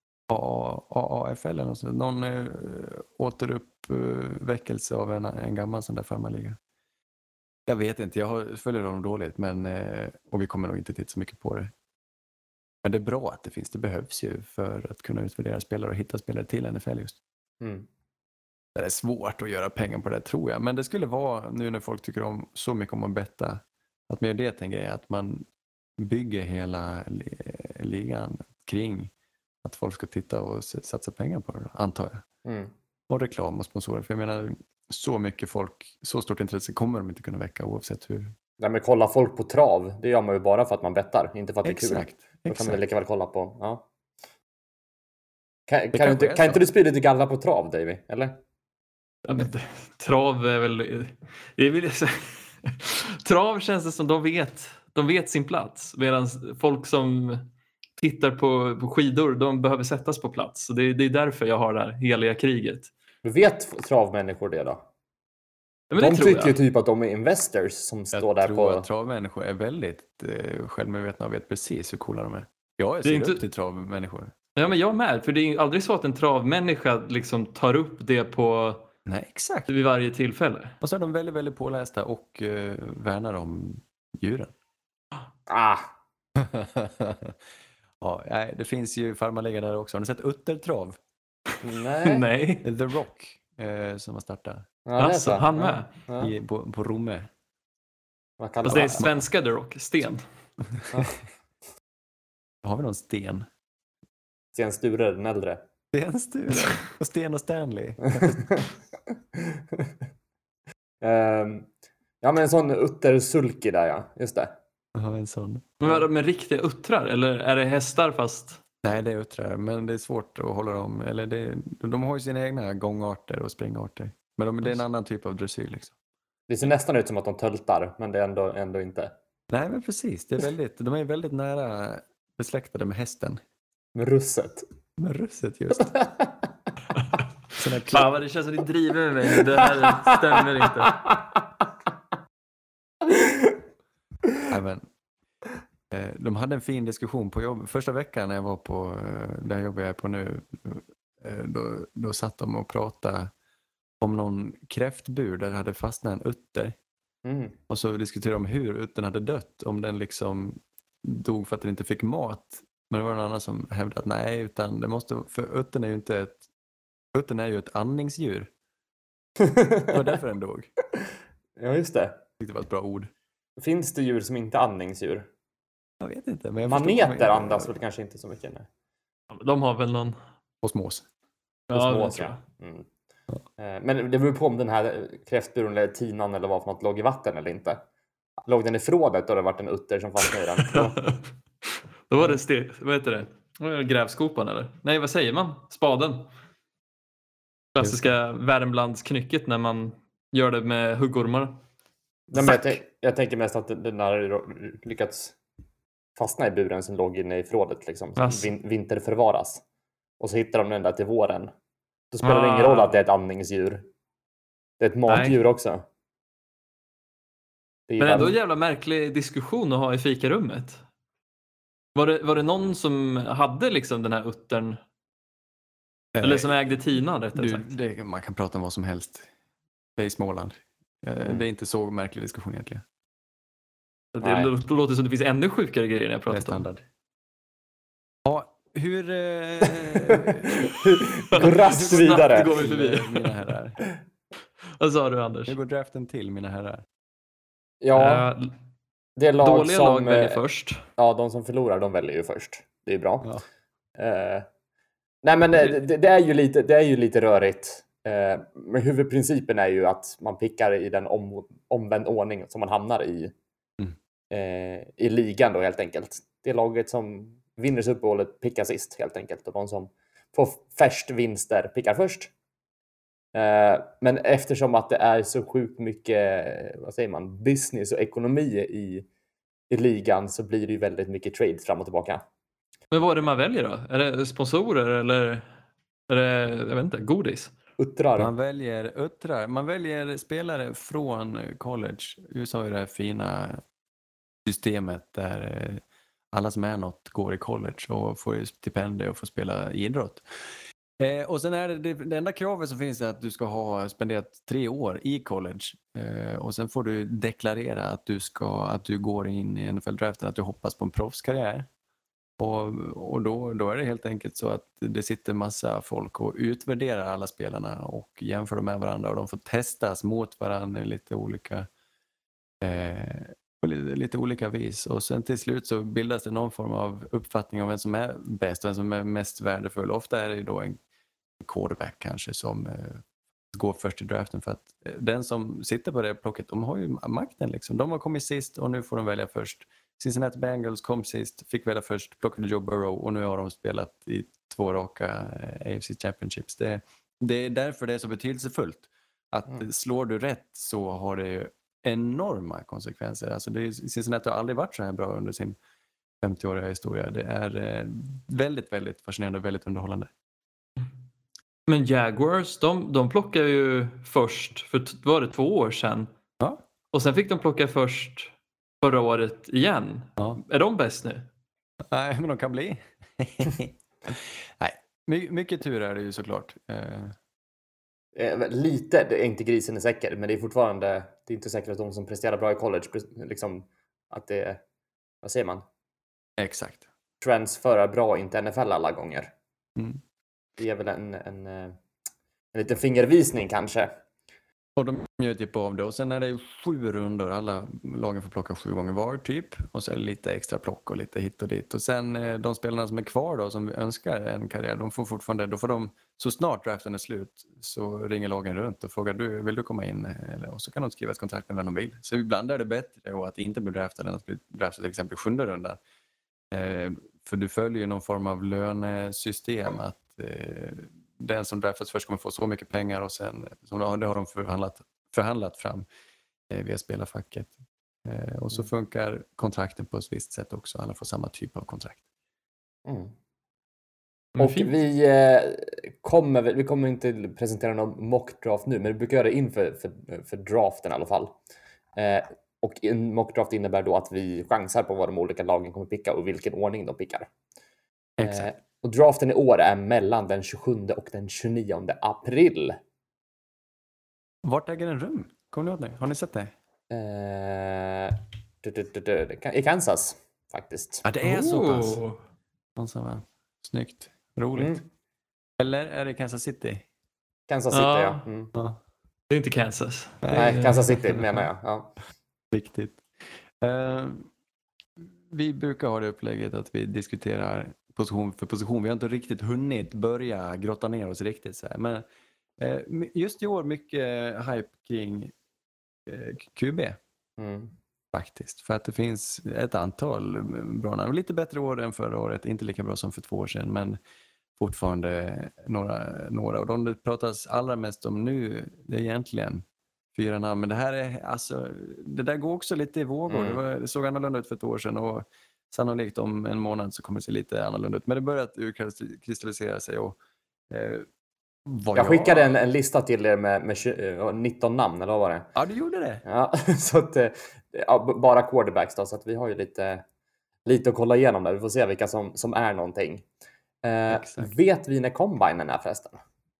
Speaker 3: A A F L eller något sånt? Någon eh, återuppväckelse av en, en gammal sån där farmarliga. Jag vet inte, jag har, följer dem dåligt men, eh, och vi kommer nog inte titta så mycket på det. Men det är bra att det finns, det behövs ju för att kunna utvärdera spelare och hitta spelare till N F L just.
Speaker 2: Mm.
Speaker 3: Det är svårt att göra pengar på det tror jag. Men det skulle vara, nu när folk tycker om så mycket om att betta, att man gör det till en grej. Att man bygger hela li- ligan kring att folk ska titta och s- satsa pengar på det, antar jag.
Speaker 2: Mm.
Speaker 3: Och reklam och sponsorer. För jag menar, så mycket folk, så stort intresse kommer de inte kunna väcka oavsett hur.
Speaker 2: Nej, men kolla folk på trav, det gör man ju bara för att man bettar, inte för att det är kul.
Speaker 3: Exakt.
Speaker 2: Då kan man
Speaker 3: exakt.
Speaker 2: väl lika väl kolla på. Ja. Kan, kan,
Speaker 3: kanske
Speaker 2: du inte,
Speaker 3: är
Speaker 2: kan
Speaker 3: så.
Speaker 2: inte du sprida lite galla på trav, Davy? Eller?
Speaker 4: Ja, men, det- trav är väl... Det vill jag säga. Trav känns det som de vet, de vet sin plats. Medan folk som tittar på, på skidor, de behöver sättas på plats. Så det, det är därför jag har det här heliga kriget.
Speaker 2: Du vet travmänniskor det då?
Speaker 4: Ja, men det
Speaker 2: De
Speaker 4: tror
Speaker 2: tycker ju
Speaker 4: jag.
Speaker 2: typ att de är investors som
Speaker 3: Jag
Speaker 2: står där
Speaker 3: tror
Speaker 2: på...
Speaker 3: att travmänniskor är väldigt eh, självmedvetna och vet precis hur coola de är. Jag ser
Speaker 4: inte-
Speaker 3: upp till travmänniskor.
Speaker 4: Ja, men jag med. För det är ju aldrig så att en travmänniska liksom tar upp det på,
Speaker 3: Nej, exakt.
Speaker 4: vid varje tillfälle.
Speaker 3: Och så är de väldigt, väldigt pålästa och eh, värnar om djuren.
Speaker 2: Ah,
Speaker 3: Ja, nej, det finns ju farmarliga där också. Har ni sett Uttertrav?
Speaker 2: nej.
Speaker 4: Nej.
Speaker 3: The Rock eh, som har startat
Speaker 2: Ja, det är
Speaker 4: Alltså,
Speaker 2: så.
Speaker 4: han med.
Speaker 2: Ja, ja.
Speaker 3: i, på, på Romme.
Speaker 2: Vad kallar
Speaker 4: Fast det är
Speaker 2: man
Speaker 4: svenska The Rock, Sten.
Speaker 3: Har vi någon Sten?
Speaker 2: Sten Sture, den äldre.
Speaker 3: Sten Sture och Sten och Stanley.
Speaker 2: Ehm, ja, men en sån uttersulky där, ja. Just det.
Speaker 3: Jag har en sån.
Speaker 4: Men vad är det med riktiga uttrar? Eller är det hästar fast...
Speaker 3: Nej, det är uttrar, men det är svårt att hålla dem. Eller det, de har ju sina egna gångarter och springarter. Men de, det är en annan typ av dressyr liksom.
Speaker 2: Det ser nästan ut som att de töltar, men det är ändå, ändå inte.
Speaker 3: Nej, men precis. Det är väldigt, de är väldigt nära besläktade med hästen.
Speaker 2: Med russet.
Speaker 3: Med russet just. Såna
Speaker 4: Fan vad det känns som att ni driver med mig. Det här stämmer inte.
Speaker 3: Nej, men, eh, de hade en fin diskussion på jobb. Första veckan när jag var på, eh, där jobbar jag är på nu, eh, då, då satt de och pratade om någon kräftbur där det hade fastnat en utter.
Speaker 2: Mm.
Speaker 3: Och så diskuterade de hur uttern hade dött, om den liksom dog för att den inte fick mat. Men det var en annan som hävdade att nej, utan det måste, för uttern är ju inte ett, uttern är ju ett andningsdjur. Det var därför den dog.
Speaker 2: Ja, just det.
Speaker 3: Jag tyckte det var ett bra ord.
Speaker 2: Finns det djur som inte är andningsdjur?
Speaker 3: Jag vet inte. Men jag
Speaker 2: Maneter andas väl kanske inte så mycket. Nej.
Speaker 4: De har väl någon...
Speaker 3: Osmos.
Speaker 4: Ja,
Speaker 2: Små,
Speaker 4: det tror jag.
Speaker 2: Mm. Eh, Men det beror på om den här kräftburen eller tinan eller vad för något låg i vatten eller inte. Låg den i frådet då det varit en utter som fastnade i den? Då-
Speaker 4: Då var det steg... Vad heter det? Vad är det? Grävskopan eller? Nej, vad säger man? Spaden. Klassiska Värmlandsknycket när man gör det med huggormar.
Speaker 2: Nej, men jag, tänk, jag tänker mest att den har lyckats fastna i buren som låg inne i frådet liksom. Som
Speaker 4: Alltså.
Speaker 2: vin, vinterförvaras. Och så hittar de den där till våren. Då spelar det
Speaker 4: Ah.
Speaker 2: ingen roll att det är ett andningsdjur. Det är ett matdjur
Speaker 4: Nej.
Speaker 2: också. Det är
Speaker 4: Men
Speaker 2: ju
Speaker 4: ändå en
Speaker 2: väl-
Speaker 4: jävla märklig diskussion att ha i fikarummet. Var det, var det någon som hade liksom den här uttern? Eller som ägde tinan rättare
Speaker 3: Du,
Speaker 4: sagt?
Speaker 3: det, man kan prata om vad som helst. Det är i Småland. Eh,
Speaker 2: Mm.
Speaker 3: Det är inte så märklig diskussion egentligen.
Speaker 4: Det
Speaker 2: Nej.
Speaker 4: lå- låter som det finns ännu sjukare grejer när jag
Speaker 3: Det är
Speaker 4: pratar om.
Speaker 3: standard. Ja, hur... Eh,
Speaker 2: Gå raskt vidare.
Speaker 4: Går vi förbi.
Speaker 3: Mina herrar.
Speaker 4: Vad sa du Anders?
Speaker 3: Hur går draften till, mina herrar?
Speaker 2: Ja,
Speaker 4: Eh,
Speaker 2: det är lag
Speaker 4: Dåliga
Speaker 2: som...
Speaker 4: lag väljer
Speaker 2: eh,
Speaker 4: först.
Speaker 2: Ja, de som förlorar, de väljer ju först. Det är bra.
Speaker 3: Ja.
Speaker 2: Eh, nej, men eh, det, det, är ju lite, det är ju lite rörigt. Eh, men huvudprincipen är ju att man pickar i den om, omvänd ordning som man hamnar i
Speaker 3: Mm.
Speaker 2: eh, i ligan då helt enkelt. Det laget som vinner uppehållet pickar sist helt enkelt. Och de som får färst vinster pickar först. Eh, men eftersom att det är så sjukt mycket, vad säger man, business och ekonomi i, i ligan så blir det ju väldigt mycket trades fram och tillbaka.
Speaker 4: Men vad är det man väljer då? Är det sponsorer eller är det, jag vet inte, godis?
Speaker 2: Uttrar.
Speaker 3: Man väljer uttrar. Man väljer spelare från college. U S A har ju det här fina systemet där eh, alla som är något går i college och får ju stipendier och får spela idrott. Eh, och sen är det, det, det enda kravet som finns är att du ska ha spenderat tre år i college. Eh, och sen får du deklarera att du, ska, att du går in i N F L-draften, att du hoppas på en proffskarriär. Och, och då, då är det helt enkelt så att det sitter massa folk och utvärderar alla spelarna och jämför dem med varandra och de får testas mot varandra i lite olika, eh, på lite, lite olika vis. Och sen till slut så bildas det någon form av uppfattning om vem som är bäst och vem som är mest värdefull. Ofta är det då en quarterback kanske som eh, går först i draften för att eh, den som sitter på det plocket, de har ju makten liksom. De har kommit sist och nu får de välja först. Cincinnati Bengals kom sist, fick välja först, plockade Joe Burrow och nu har de spelat i två raka A F C Championships. Det, det är därför det är så betydelsefullt. Att
Speaker 2: Mm.
Speaker 3: slår du rätt så har det ju enorma konsekvenser. Alltså det är, Cincinnati har aldrig varit så här bra under sin femtioåriga historia. Det är eh, väldigt, väldigt fascinerande och väldigt underhållande.
Speaker 4: Men Jaguars, de, de plockar ju först för t- var det två år sedan.
Speaker 3: Ja.
Speaker 4: Och sen fick de plocka först förra året igen.
Speaker 3: Ja.
Speaker 4: Är de bäst nu?
Speaker 3: Nej, men de kan bli. Nej, my, mycket tur är det ju såklart. Eh,
Speaker 2: Eh, lite, det är inte grisen är säker, men det är fortfarande, det är inte säkert att de som presterar bra i college, liksom, att det är, vad säger man,
Speaker 3: exakt.
Speaker 2: transferar bra inte N F L alla gånger.
Speaker 3: Mm.
Speaker 2: Det är väl en, en, eh, en liten fingervisning kanske.
Speaker 3: Och de gör typ av det. Och sen är det ju sju rundor. Alla lagen får plocka sju gånger var typ. Och så är det lite extra plock och lite hit och dit. Och sen eh, de spelarna som är kvar då, som önskar en karriär, de får fortfarande, då får de, så snart draften är slut så ringer lagen runt och frågar, du, vill du komma in? Eller, och så kan de skriva ett kontrakt med vem de vill. Så ibland är det bättre att inte bli draftad än att bli draftad till exempel i sjunde rundan. Eh, för du följer ju någon form av lönesystem att eh, den som draftas först kommer få så mycket pengar och sen, som det har, det har de förhandlat, förhandlat fram eh, via spelarfacket. Eh, och så funkar kontrakten på ett visst sätt också. Alla får samma typ av kontrakt.
Speaker 2: Mm.
Speaker 4: Men
Speaker 2: Och
Speaker 4: fint.
Speaker 2: vi eh, kommer, väl- vi kommer inte presentera någon mock draft nu, men vi brukar göra det inför för, för draften i alla fall. Eh, Och en mockdraft innebär då att vi chansar på vad de olika lagen kommer picka och vilken ordning de pickar.
Speaker 3: Exakt.
Speaker 2: Eh, och draften i år är mellan den tjugosjunde och den tjugonionde april.
Speaker 3: Vart äger den rum? Kommer ni ihåg det? Har ni sett det?
Speaker 2: Eh, du, du, du, du, I Kansas faktiskt.
Speaker 3: Ja, det är så pass.
Speaker 4: Oh.
Speaker 3: Alltså, snyggt. Roligt.
Speaker 2: Mm.
Speaker 3: Eller är det Kansas City?
Speaker 2: Kansas City,
Speaker 4: Ja.
Speaker 2: ja. Mm.
Speaker 3: Ja,
Speaker 4: Det är inte Kansas.
Speaker 2: Nej, Kansas City menar jag. Ja.
Speaker 3: viktigt. Uh, vi brukar ha det upplägget att vi diskuterar position för position. Vi har inte riktigt hunnit börja grotta ner oss riktigt så här. Men uh, just i år mycket hype kring uh, Q B.
Speaker 2: Mm.
Speaker 3: Faktiskt. För att det finns ett antal bra namn. Lite bättre år än förra året. Inte lika bra som för två år sedan. Men fortfarande några. några. Och de det pratas allra mest om nu. Det är egentligen fyra namn. Men det här är alltså. Det där går också lite i vågor.
Speaker 2: Mm.
Speaker 3: Det, var, det såg annorlunda ut för ett år sedan. Och sannolikt om en månad så kommer det se lite annorlunda ut. Men det börjar att utkristallisera sig. Och, eh, vad
Speaker 2: Jag skickade en, en lista till er med, med tjugo, nitton namn, eller vad var det?
Speaker 3: Ja, du gjorde det.
Speaker 2: Ja, så att, ja, bara quarterbacks då, så att vi har ju lite, lite att kolla igenom där. Vi får se vilka som, som är någonting. Eh, vet vi när combinen är förresten?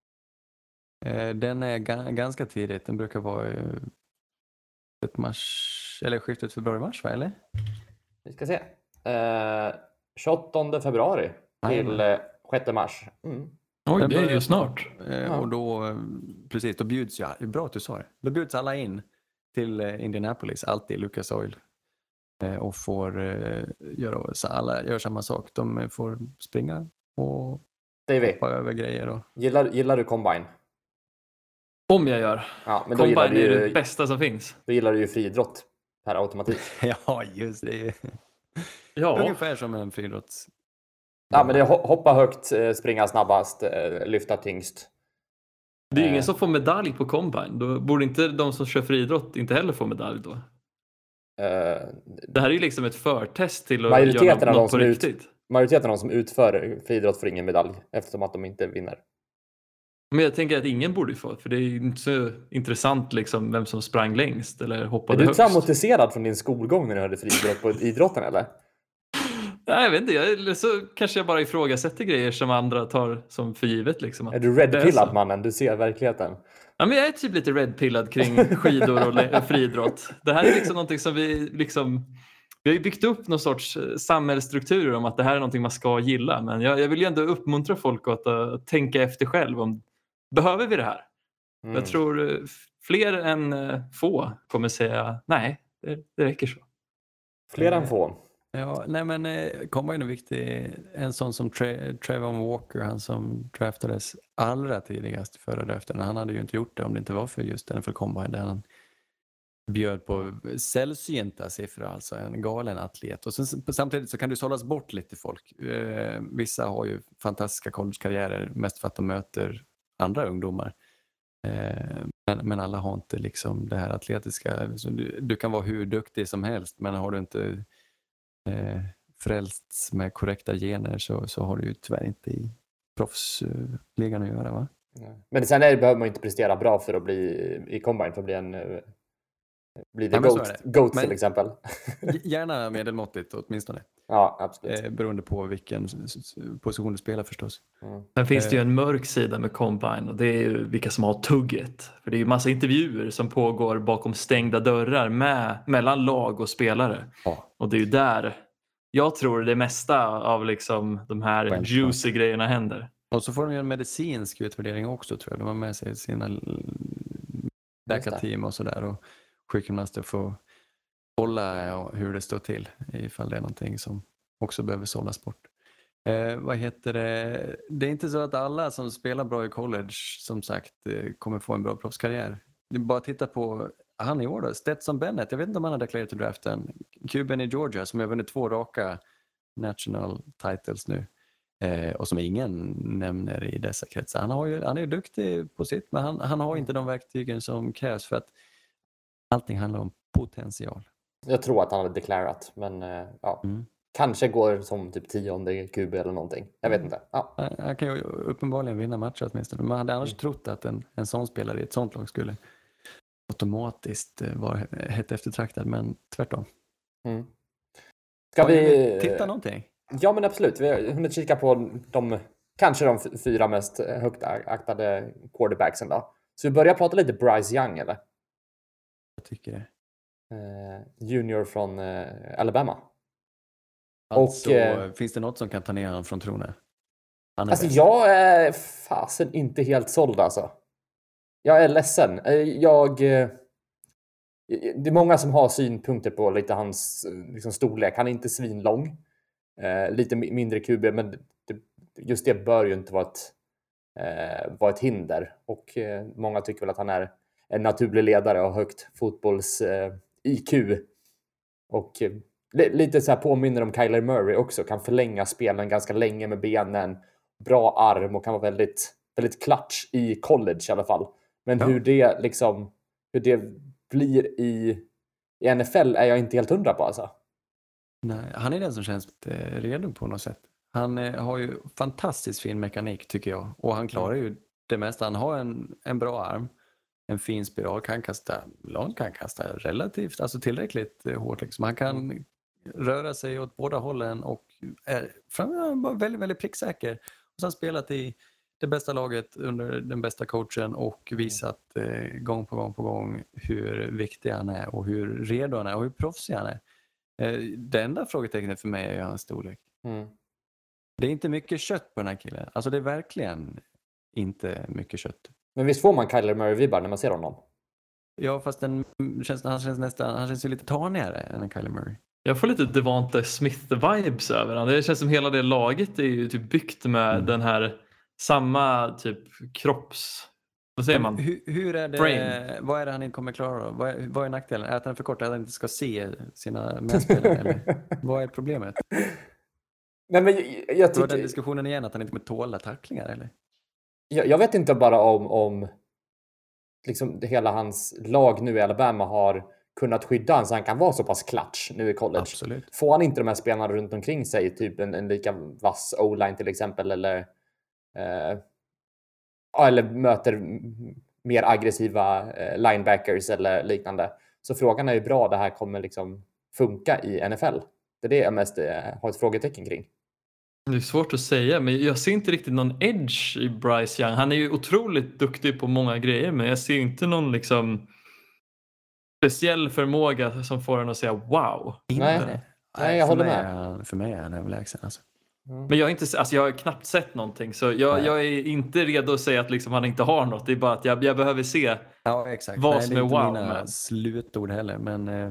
Speaker 3: Eh, den är ga- ganska tidigt. Den brukar vara eh, ett mars, eller skiftet februari-mars, va? Eller?
Speaker 2: Vi ska se. Eh, tjugoåttonde februari till eh, sjätte mars. Mm.
Speaker 4: Oj,
Speaker 3: Den
Speaker 4: det är ju
Speaker 3: börjar-
Speaker 4: snart.
Speaker 3: Eh,
Speaker 2: Ja.
Speaker 3: Och då, eh, precis, då bjuds jag, det är bra att du sa det. Då bjuds alla in till eh, Indianapolis, alltid Lucas Oil. Eh, och får eh, göra, så alla gör samma sak. De eh, får springa och
Speaker 2: Davy,
Speaker 3: hoppa över grejer. Och...
Speaker 2: gillar, gillar du combine?
Speaker 4: Om jag gör.
Speaker 2: Ja, men då gillar,
Speaker 4: Combine
Speaker 2: du
Speaker 4: är det
Speaker 2: ju,
Speaker 4: bästa som finns.
Speaker 2: då gillar du ju friidrott per automatik.
Speaker 3: ja, just det.
Speaker 4: Ja,
Speaker 3: Ungefär som en friidrotts...
Speaker 2: Ja, men det är ho- hoppa högt, eh, springa snabbast, eh, lyfta tyngst.
Speaker 4: det är ju
Speaker 2: Eh.
Speaker 4: ingen som får medalj på combine. Då borde inte de som kör friidrott inte heller få medalj då?
Speaker 2: Eh,
Speaker 4: Det här är ju liksom ett förtest till att
Speaker 2: Majoriteten
Speaker 4: göra
Speaker 2: av de
Speaker 4: något på
Speaker 2: som ut-
Speaker 4: riktigt.
Speaker 2: Majoriteten av de som utför friidrott får ingen medalj eftersom att de inte vinner.
Speaker 4: Men jag tänker att ingen borde få, för det är ju inte så intressant liksom vem som sprang längst eller
Speaker 2: Är
Speaker 4: hoppade
Speaker 2: du
Speaker 4: högst.
Speaker 2: traumatiserad från din skolgång när du hade friidrott på idrotten eller?
Speaker 4: Nej, jag vet inte, jag, eller så kanske jag bara ifrågasätter grejer som andra tar som för givet. Liksom, att
Speaker 2: Är du
Speaker 4: det är
Speaker 2: redpillad
Speaker 4: så.
Speaker 2: mannen? Du ser verkligheten.
Speaker 4: Ja, men jag är typ lite redpillad kring skidor och le- friidrott. Det här är liksom någonting som vi liksom... Vi har ju byggt upp någon sorts samhällsstrukturer om att det här är någonting man ska gilla. Men jag, jag vill ju ändå uppmuntra folk att, att tänka efter själv om behöver vi det här?
Speaker 2: Mm.
Speaker 4: Jag tror eh, fler än eh, få kommer säga nej, det, det räcker så.
Speaker 2: Fler än få.
Speaker 3: Ja, nej men eh, Combine är viktig. En sån som Tra- Trayvon Walker, han som draftades allra tidigast i förra draften. Han hade ju inte gjort det om det inte var för just den för Combine där han bjöd på sällsynta siffror, alltså en galen atlet. Och sen, samtidigt så kan du sållas bort lite folk. Eh, vissa har ju fantastiska collegekarriärer mest för att de möter andra ungdomar. Eh, men, men alla har inte liksom det här atletiska. Så du, du kan vara hur duktig som helst, men har du inte eh, frälsts med korrekta gener så, så har du ju tyvärr inte i proffsligan att göra, va?
Speaker 2: Men sen är det, behöver man ju inte prestera bra för att bli i combine för att bli en eh, bli the
Speaker 3: Ja, men så
Speaker 2: goat,
Speaker 3: är det.
Speaker 2: goat
Speaker 3: Men-
Speaker 2: till exempel.
Speaker 3: G- Gärna medelmåttigt åtminstone.
Speaker 2: Ja, absolut.
Speaker 3: Eh, beroende på vilken s- s- position du spelar förstås.
Speaker 2: Mm.
Speaker 4: Sen finns det ju en mörk sida med combine och det är ju vilka som har tugget. För det är ju massa intervjuer som pågår bakom stängda dörrar med, mellan lag och spelare.
Speaker 3: Ja.
Speaker 4: Och det är ju där jag tror det mesta av liksom de här
Speaker 3: Självklart.
Speaker 4: juicy grejerna händer.
Speaker 3: Och så får de ju en medicinsk utvärdering också, tror jag. De har med sig sina l- läkarteam och sådär. Och sjukgymnaster får kolla ja, hur det står till ifall det är någonting som också behöver sållas bort. Eh, vad heter det? Det är inte så att alla som spelar bra i college som sagt eh, kommer få en bra proffskarriär. Det är bara att titta på han i år då, Stetson Bennett. Jag vet inte om han har deklarerat till draften. Cuban i Georgia som har vunnit två raka national titles nu. Eh, och som ingen nämner i dessa kretsar. Han, har ju, han är ju duktig på sitt, men han, han har inte de verktygen som krävs för att allting handlar om potential.
Speaker 2: Jag tror att han hade deklarerat, men eh, ja.
Speaker 3: Mm.
Speaker 2: Kanske går som typ tionde Q B eller någonting. Jag vet inte. Ja.
Speaker 3: Han, han kan ju uppenbarligen vinna matcher åtminstone. Man hade annars
Speaker 2: Mm.
Speaker 3: trott att en, en sån spelare i ett sånt lag skulle automatiskt var hett eftertraktad, men tvärtom.
Speaker 2: Mm. Ska vi
Speaker 3: titta någonting?
Speaker 2: Ja, men absolut. Vi har hunnit kika på de kanske de fyra mest högt aktade quarterbacksen då. Så vi börjar prata lite Bryce Young, eller?
Speaker 3: Jag tycker det.
Speaker 2: Eh, junior från eh, Alabama.
Speaker 3: Alltså,
Speaker 2: och, eh,
Speaker 3: finns det något som kan ta ner honom från tronen? Han är
Speaker 2: alltså,
Speaker 3: bäst.
Speaker 2: jag är fasen inte helt såld alltså. Jag är ledsen. Jag... Eh, det är många som har synpunkter på lite hans liksom, storlek. Han är inte svinlång. Eh, lite mindre Q B, men det, just det bör ju inte vara ett, eh, vara ett hinder. Och eh, många tycker väl att han är en naturlig ledare och högt fotbolls eh, I Q. Och eh, lite så här påminner om Kyler Murray också. Kan förlänga spelen ganska länge med benen. Bra arm och kan vara väldigt, väldigt clutch i college i alla fall. Men ja. hur det liksom hur det blir i, i N F L är jag inte helt hundra på alltså.
Speaker 3: Nej, han är den som känns redo på något sätt. Han eh, har ju fantastiskt fin mekanik tycker jag. Och han klarar ju det mesta. Han har en, en bra arm. En fin spiral. Kan kasta långt, kan kasta relativt, alltså tillräckligt eh, hårt. Liksom. Han kan mm. röra sig åt båda hållen och är framförallt väldigt, väldigt pricksäker. Och sen spelat i det bästa laget under den bästa coachen och visat eh, gång på gång på gång hur viktig han är och hur redo han är och hur proffsig han är. Eh, det enda frågetecknet för mig är ju hans storlek. Mm. Det är inte mycket kött på den här killen. Alltså det är verkligen inte mycket kött.
Speaker 2: Men visst får man Kyler Murray-vibbar när man ser honom?
Speaker 3: Ja, fast den känns, han känns nästan han känns ju lite tanigare än en Kyler Murray.
Speaker 4: Jag får lite Devonta Smith-vibes över honom. Det känns som hela det laget är ju typ byggt med mm. den här samma typ kropps... Vad säger man?
Speaker 3: Hur, hur är det,
Speaker 4: Brain.
Speaker 3: Vad är det han inte kommer klara då? Vad är, vad är nackdelen? Är att han är för kort? Att han inte ska se sina medspelare? Eller? Vad är problemet?
Speaker 2: Nej, men jag, jag tycker...
Speaker 3: Var den diskussionen igen att han inte kommer tåla tacklingar? Eller?
Speaker 2: Jag, jag vet inte bara om, om liksom hela hans lag nu i Alabama har kunnat skydda han så han kan vara så pass clutch nu i college.
Speaker 3: Absolut.
Speaker 2: Får han inte de här spelarna runt omkring sig, typ en, en lika vass O-line till exempel, eller eh, eller möter mer aggressiva eh, linebackers eller liknande. Så frågan är ju bra det här kommer liksom funka i N F L. Det är det jag mest eh, har ett frågetecken kring.
Speaker 4: Det är svårt att säga, men jag ser inte riktigt någon edge i Bryce Young. Han är ju otroligt duktig på många grejer, men jag ser inte någon liksom speciell förmåga som får en att säga wow.
Speaker 2: Nej, Nej, Nej jag håller med.
Speaker 3: med. För mig är han överlägsen alltså.
Speaker 4: Mm. Men jag, är inte, alltså jag har knappt sett någonting, så jag, jag är inte redo att säga att liksom han inte har något. Det är bara att jag, jag behöver se
Speaker 3: ja, exakt.
Speaker 4: vad
Speaker 3: Nej,
Speaker 4: som är, är wow.
Speaker 3: Det är inte mina slutord heller, men... Eh,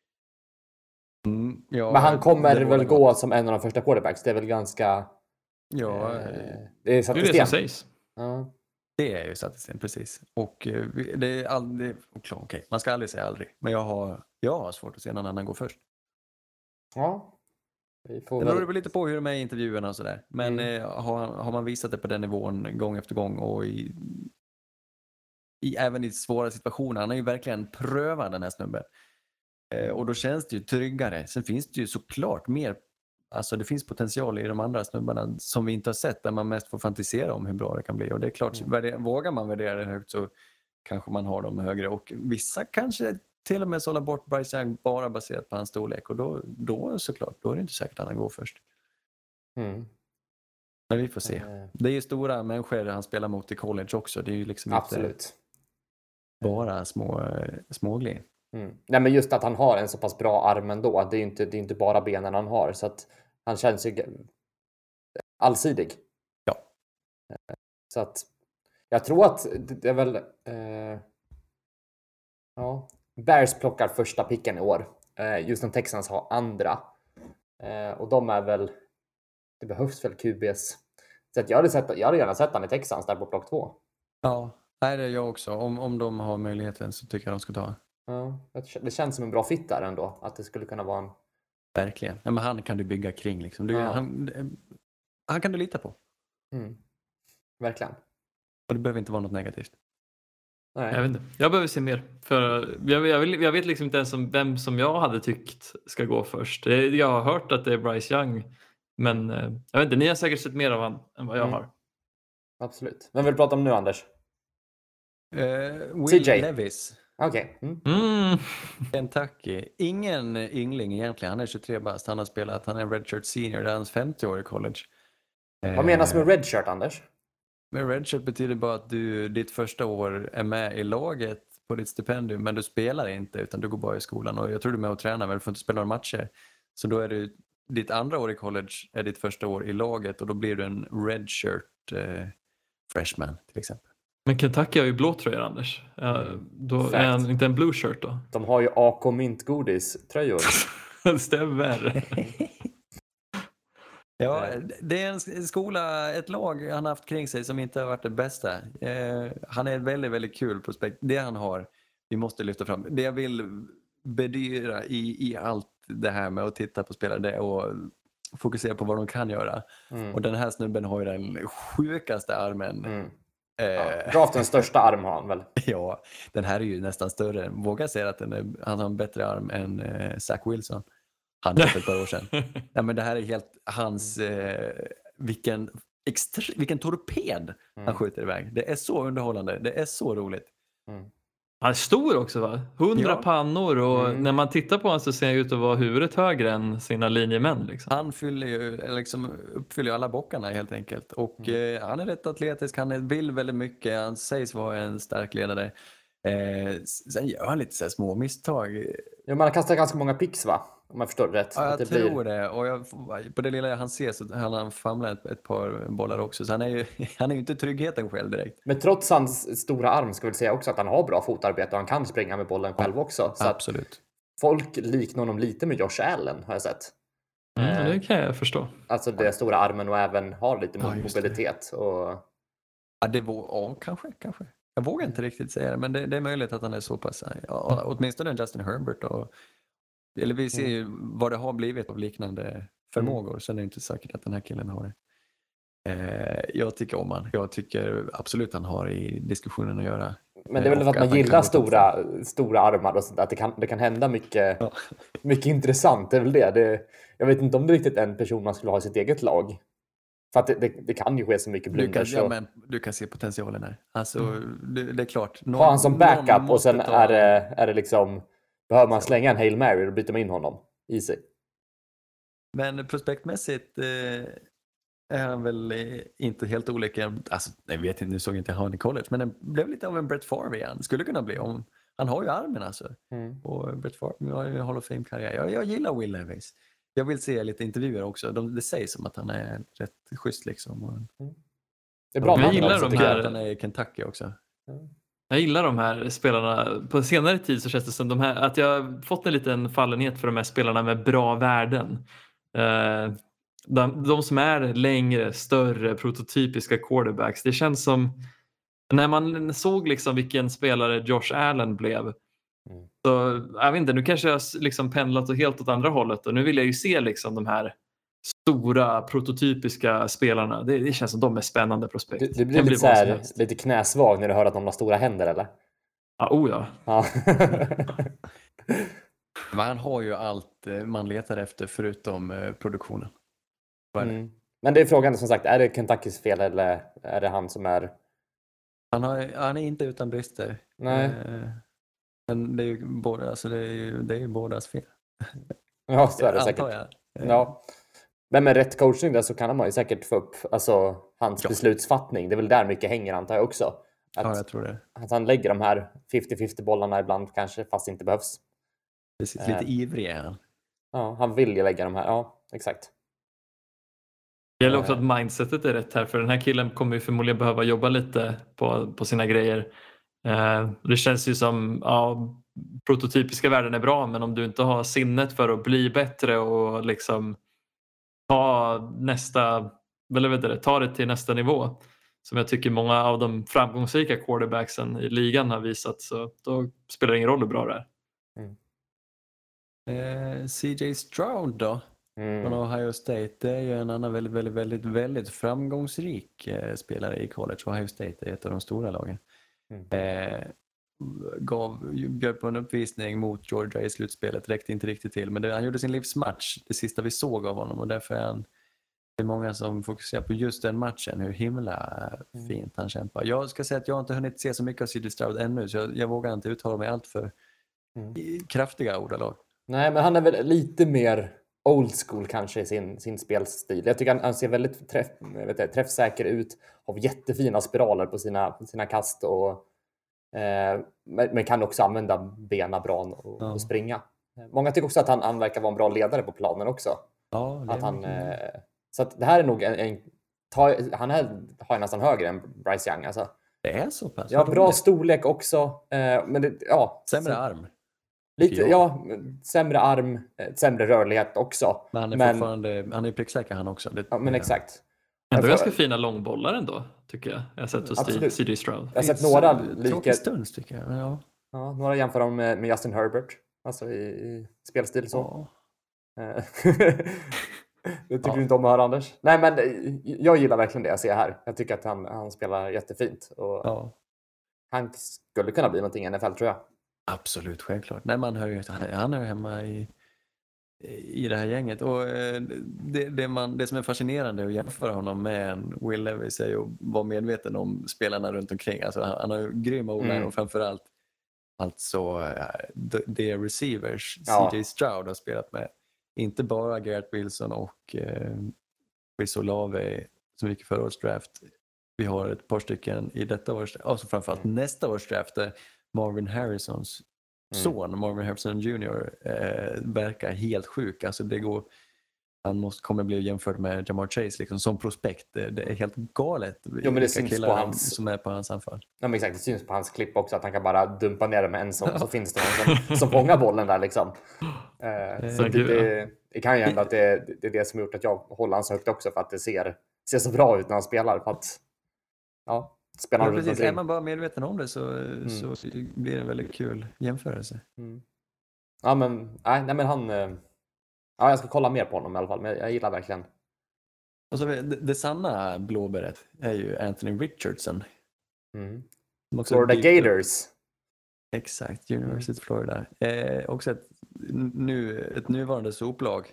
Speaker 2: mm, ja, men han kommer väl gå något. Som en av de första quarterbacks. Det är väl ganska...
Speaker 3: Ja,
Speaker 2: eh, det är satt
Speaker 4: det
Speaker 2: i
Speaker 4: är
Speaker 2: sten.
Speaker 4: det som sägs.
Speaker 2: Ja.
Speaker 3: Det är ju satt i sten, precis. Och eh, det är aldrig... Okej, okay, man ska aldrig säga aldrig. Men jag har, jag har svårt att se någon annan gå först.
Speaker 2: Ja.
Speaker 3: Det beror väl lite på hur de är i intervjuerna och sådär. Men mm. eh, har, har man visat det på den nivån gång efter gång och i, i, även i svåra situationer. Han har ju verkligen prövat den här snubben. Eh, och då känns det ju tryggare. Sen finns det ju såklart mer, alltså det finns potential i de andra snubbarna som vi inte har sett, där man mest får fantisera om hur bra det kan bli. Och det är klart, mm. värder, vågar man värdera det högt så kanske man har dem högre. Och vissa kanske till och med sålla bort Bryce Young bara baserat på hans storlek. Och då, då såklart, då är det inte säkert att han går först.
Speaker 2: Mm.
Speaker 3: Men vi får se. Mm. Det är ju stora människor han spelar mot i college också. Det är ju liksom
Speaker 2: absolut
Speaker 3: inte bara små, små gled.
Speaker 2: Mm. Nej, men just att han har en så pass bra arm ändå. Det är ju inte, det är inte bara benen han har. Så att han känns ju allsidig.
Speaker 3: Ja.
Speaker 2: Så att jag tror att det är väl... Eh, ja... Bears plockar första picken i år. Eh, just när Texans har andra. Eh, och de är väl... Det behövs väl Q Bs. Så att jag, hade sett, jag hade gärna sett han i Texans där på plock två.
Speaker 3: Ja, nej, det är jag också. Om, om de har möjligheten så tycker jag de ska ta.
Speaker 2: Ja, det känns som en bra fit där ändå. Att det skulle kunna vara en...
Speaker 3: Verkligen. Ja, men han kan du bygga kring. Liksom. Du,
Speaker 2: ja.
Speaker 3: han, han kan du lita på.
Speaker 2: Mm. Verkligen.
Speaker 3: Och det behöver inte vara något negativt.
Speaker 4: Nej. Jag vet inte. Jag behöver se mer. För jag, jag, vill, jag vet liksom inte ens om vem som jag hade tyckt ska gå först. Jag har hört att det är Bryce Young. Men jag vet inte, ni har säkert sett mer av han än vad jag mm. har.
Speaker 2: Absolut. Vem vill prata om nu, Anders?
Speaker 3: Uh, Will
Speaker 2: C J.
Speaker 3: Levis.
Speaker 2: Okej. Okay. Mm.
Speaker 4: Mm.
Speaker 3: Kentucky. Ingen yngling egentligen. Han är tjugotre bast. Han har spelat. Han är en redshirt senior. Det är hans femtio år i college.
Speaker 2: Vad menas med redshirt, Anders?
Speaker 3: Men redshirt betyder bara att du ditt första år är med i laget på ditt stipendium, men du spelar inte utan du går bara i skolan. Och jag tror du är med och tränar, men du får inte spela några matcher. Så då är du, ditt andra år i college är ditt första år i laget och då blir du en redshirt eh, freshman till exempel.
Speaker 4: Men Kentucky har ju blå tröjor, Anders. Uh, då
Speaker 2: Fact.
Speaker 4: är han inte en blue shirt då?
Speaker 2: De har ju A K Mint-godis-tröjor.
Speaker 4: Det stämmer.
Speaker 3: Ja, det är en skola, ett lag han har haft kring sig som inte har varit det bästa. Eh, han är ett väldigt, väldigt kul prospekt. Det han har, vi måste lyfta fram. Det jag vill bedyra i, i allt det här med att titta på spelare, det är att fokusera på vad de kan göra. Mm. Och den här snubben har ju den sjukaste armen.
Speaker 2: Mm. Ja, draftens största arm har han väl?
Speaker 3: Ja, den här är ju nästan större. Vågar säga att den är, han har en bättre arm än eh, Zach Wilson. Han för ett par år sedan. Ja, men det här är helt hans... Eh, vilken, extre, vilken torped mm. han skjuter iväg. Det är så underhållande. Det är så roligt.
Speaker 4: Mm. Han är stor också, va? Hundra ja. pannor och mm. när man tittar på honom så ser han ut att vara huvudet högre än sina linjemän. Liksom.
Speaker 3: Han fyller ju, liksom, uppfyller ju alla bockarna helt enkelt. Och mm. eh, han är rätt atletisk. Han vill väldigt mycket. Han sägs vara en stark ledare. Eh, sen gör han lite så här små misstag.
Speaker 2: Ja, man kastar ganska många picks, va? Om jag förstår rätt.
Speaker 3: Ja, jag
Speaker 2: det
Speaker 3: tror
Speaker 2: blir...
Speaker 3: det. Och jag, på det lilla han ser så han har famlat ett, ett par bollar också. Så han är ju, han är ju inte tryggheten själv direkt.
Speaker 2: Men trots hans stora arm ska vi säga också att han har bra fotarbete och han kan springa med bollen själv också. Så
Speaker 3: absolut.
Speaker 2: Folk liknar honom lite med Josh Allen, har jag sett.
Speaker 4: Mm, det kan jag förstå.
Speaker 2: Alltså det stora armen och även har lite ja, mobilitet. Och...
Speaker 3: Ja, det var, ja, kanske, kanske. Jag vågar inte riktigt säga det, men det, det är möjligt att han är så pass. Ja, åtminstone en Justin Herbert. Och, eller vi ser ju vad det har blivit av liknande förmågor. Mm. Sen är det inte säkert att den här killen har det. Eh, jag tycker om han. Jag tycker absolut han har i diskussionen att göra.
Speaker 2: Men det är väl för att man gillar stora, stora armar och sånt. Att det kan, det kan hända mycket, ja. mycket intressant. Det är väl det. det. Jag vet inte om det är riktigt en person man skulle ha i sitt eget lag. För att det, det, det kan ju ske så mycket blunders.
Speaker 3: Du kan, ja, men du kan se potentialen här. Alltså, mm. det, det är klart.
Speaker 2: Någon, ha han som backup och sen ta... är, det, är det liksom... Behöver man slänga en Hail Mary och byta man in honom. Easy.
Speaker 3: Men prospektmässigt eh, är han väl eh, inte helt olika. Alltså, jag vet inte, nu såg jag inte han i college. Men det blev lite av en Brett Favre igen. Skulle kunna bli. Om, han har ju armen alltså. Mm. Och Brett Favre har ju en Hall of Fame-karriär. Jag, jag gillar Will Levis. Jag vill se lite intervjuer också. De, det sägs som att han är rätt schysst liksom.
Speaker 2: Mm. Det är bra.
Speaker 4: Jag gillar de här...
Speaker 3: att han är i Kentucky också.
Speaker 2: Mm.
Speaker 4: Jag gillar de här spelarna. På senare tid så känns det som de här, att jag har fått en liten fallenhet för de här spelarna med bra värden. Uh, de, de som är längre, större, prototypiska quarterbacks. Det känns som när man såg liksom vilken spelare Josh Allen blev. Mm. Så jag vet inte, nu kanske jag liksom pendlat helt åt andra hållet och nu vill jag ju se liksom de här stora prototypiska spelarna. Det, det känns som de är spännande prospekt.
Speaker 2: Det, det blir lite, bli så här, lite knäsvag när du hör att de har stora händer, eller?
Speaker 4: Ja, oh ja.
Speaker 2: ja.
Speaker 3: Man har ju allt man letar efter förutom produktionen.
Speaker 2: Mm. Men det är frågan som sagt, är det Kentuckys fel eller är det han som är...
Speaker 3: Han, har, han är inte utan brister.
Speaker 2: Nej.
Speaker 3: Men det är ju båda, alltså det är ju, det är ju bådas fel.
Speaker 2: Ja, så är det säkert.
Speaker 3: Jag.
Speaker 2: Ja. Men med rätt coaching där så kan man ju säkert få upp alltså, hans ja. beslutsfattning. Det är väl där mycket hänger, antar jag också. Att,
Speaker 3: ja, jag tror det.
Speaker 2: Att han lägger de här femtio femtio bollarna ibland kanske, fast det inte behövs.
Speaker 3: Precis, lite äh, ivrig är han.
Speaker 2: Ja, han vill ju lägga de här. Ja, exakt.
Speaker 4: Det gäller också att mindsetet är rätt här. För den här killen kommer ju förmodligen behöva jobba lite på, på sina grejer. Uh, det känns ju som ja, prototypiska värden är bra, men om du inte har sinnet för att bli bättre och liksom ta nästa, eller vet du, ta det till nästa nivå, som jag tycker många av de framgångsrika quarterbacksen i ligan har visat, så då spelar det ingen roll hur bra det är.
Speaker 3: Mm. Eh, C J Stroud då? Mm. Från Ohio State. Det är ju en annan väldigt, väldigt, väldigt, väldigt framgångsrik eh, spelare i college. Ohio State är ett av de stora lagen. Mm. Eh, gav, bjöd på en uppvisning mot Georgia i slutspelet, räckte inte riktigt till, men det, han gjorde sin livsmatch, det sista vi såg av honom, och därför är han Det är många som fokuserar på just den matchen, hur himla fint han kämpar. Jag ska säga att jag inte hunnit se så mycket av C J Stroud ännu, så jag, jag vågar inte uttala mig allt för mm. kraftiga ordalag.
Speaker 2: Nej, men han är väl lite mer old school kanske i sin, sin spelstil. Jag tycker han, han ser väldigt träff, vet jag, träffsäker ut, har jättefina spiraler på sina, sina kast och eh, men kan också använda bena bra och, ja. och springa. Många tycker också att han, han verkar vara en bra ledare på planen också.
Speaker 3: Ja, det
Speaker 2: att han, eh, så att det här är nog en, en ta, han är, har nästan högre än Bryce Young. Alltså.
Speaker 3: Det är så pass.
Speaker 2: Ja, bra storlek också. Eh, men det, ja,
Speaker 3: sämre
Speaker 2: så,
Speaker 3: arm.
Speaker 2: Lite, ja, sämre arm, sämre rörlighet också.
Speaker 3: Men han är
Speaker 2: men,
Speaker 3: fortfarande, han är pricksäker han också. Det,
Speaker 2: ja, men exakt.
Speaker 4: Ändå
Speaker 2: får,
Speaker 4: ganska fina långbollar ändå, tycker jag. Jag har sett hos C J Stroud.
Speaker 2: Jag har sett några lika...
Speaker 3: Stunds, tycker jag. Ja.
Speaker 2: Ja, några jämför dem med, med Justin Herbert. Alltså i, i spelstil så. Ja. Det tycker ja. du inte om att höra, Anders. Nej, men jag gillar verkligen det jag ser här. Jag tycker att han, han spelar jättefint. Och
Speaker 3: ja.
Speaker 2: Han skulle kunna bli någonting i N F L, tror jag.
Speaker 3: Absolut, självklart. Nej, man hör ju, han är hemma i, i det här gänget. Och det, det, man, det som är fascinerande att jämföra honom med en Will Levis är ju att vara medveten om spelarna runt omkring. Alltså, han, han har ju grymma O-line mm. och framförallt alltså det receivers ja. C J Stroud har spelat med. Inte bara Garrett Wilson och eh, Chris Olave som gick i förra årets draft. Vi har ett par stycken i detta års, alltså framförallt mm. nästa års draft där Marvin Harrisons mm. son, Marvin Harrison junior eh, verkar helt sjuk. Alltså det går, han måste, kommer bli jämförd med Jamar Chase liksom, som prospekt. Det, det är helt galet.
Speaker 2: Jo, men det syns på hans...
Speaker 3: som är på hans anfall.
Speaker 2: Ja, men exakt, det syns på hans klipp också att han kan bara dumpa ner det med en sån, så finns det någon som, som fångar bollen där liksom. Eh, så det, det, det kan ju hända att det, det är det som gjort att jag håller han så högt också, för att det ser, ser så bra ut när han spelar. För att, ja, spelar
Speaker 3: ja, precis. Är man bara medveten om det så, mm. så blir det en väldigt kul jämförelse.
Speaker 2: Mm. Ja, men, nej, nej, men han... Ja, jag ska kolla mer på honom i alla fall, men jag gillar verkligen.
Speaker 3: Och så det, det sanna blåbäret är ju Anthony Richardson.
Speaker 2: Mm. Florida Gators.
Speaker 3: Exakt, University of Florida. Eh, också ett, nu, ett nuvarande soplag.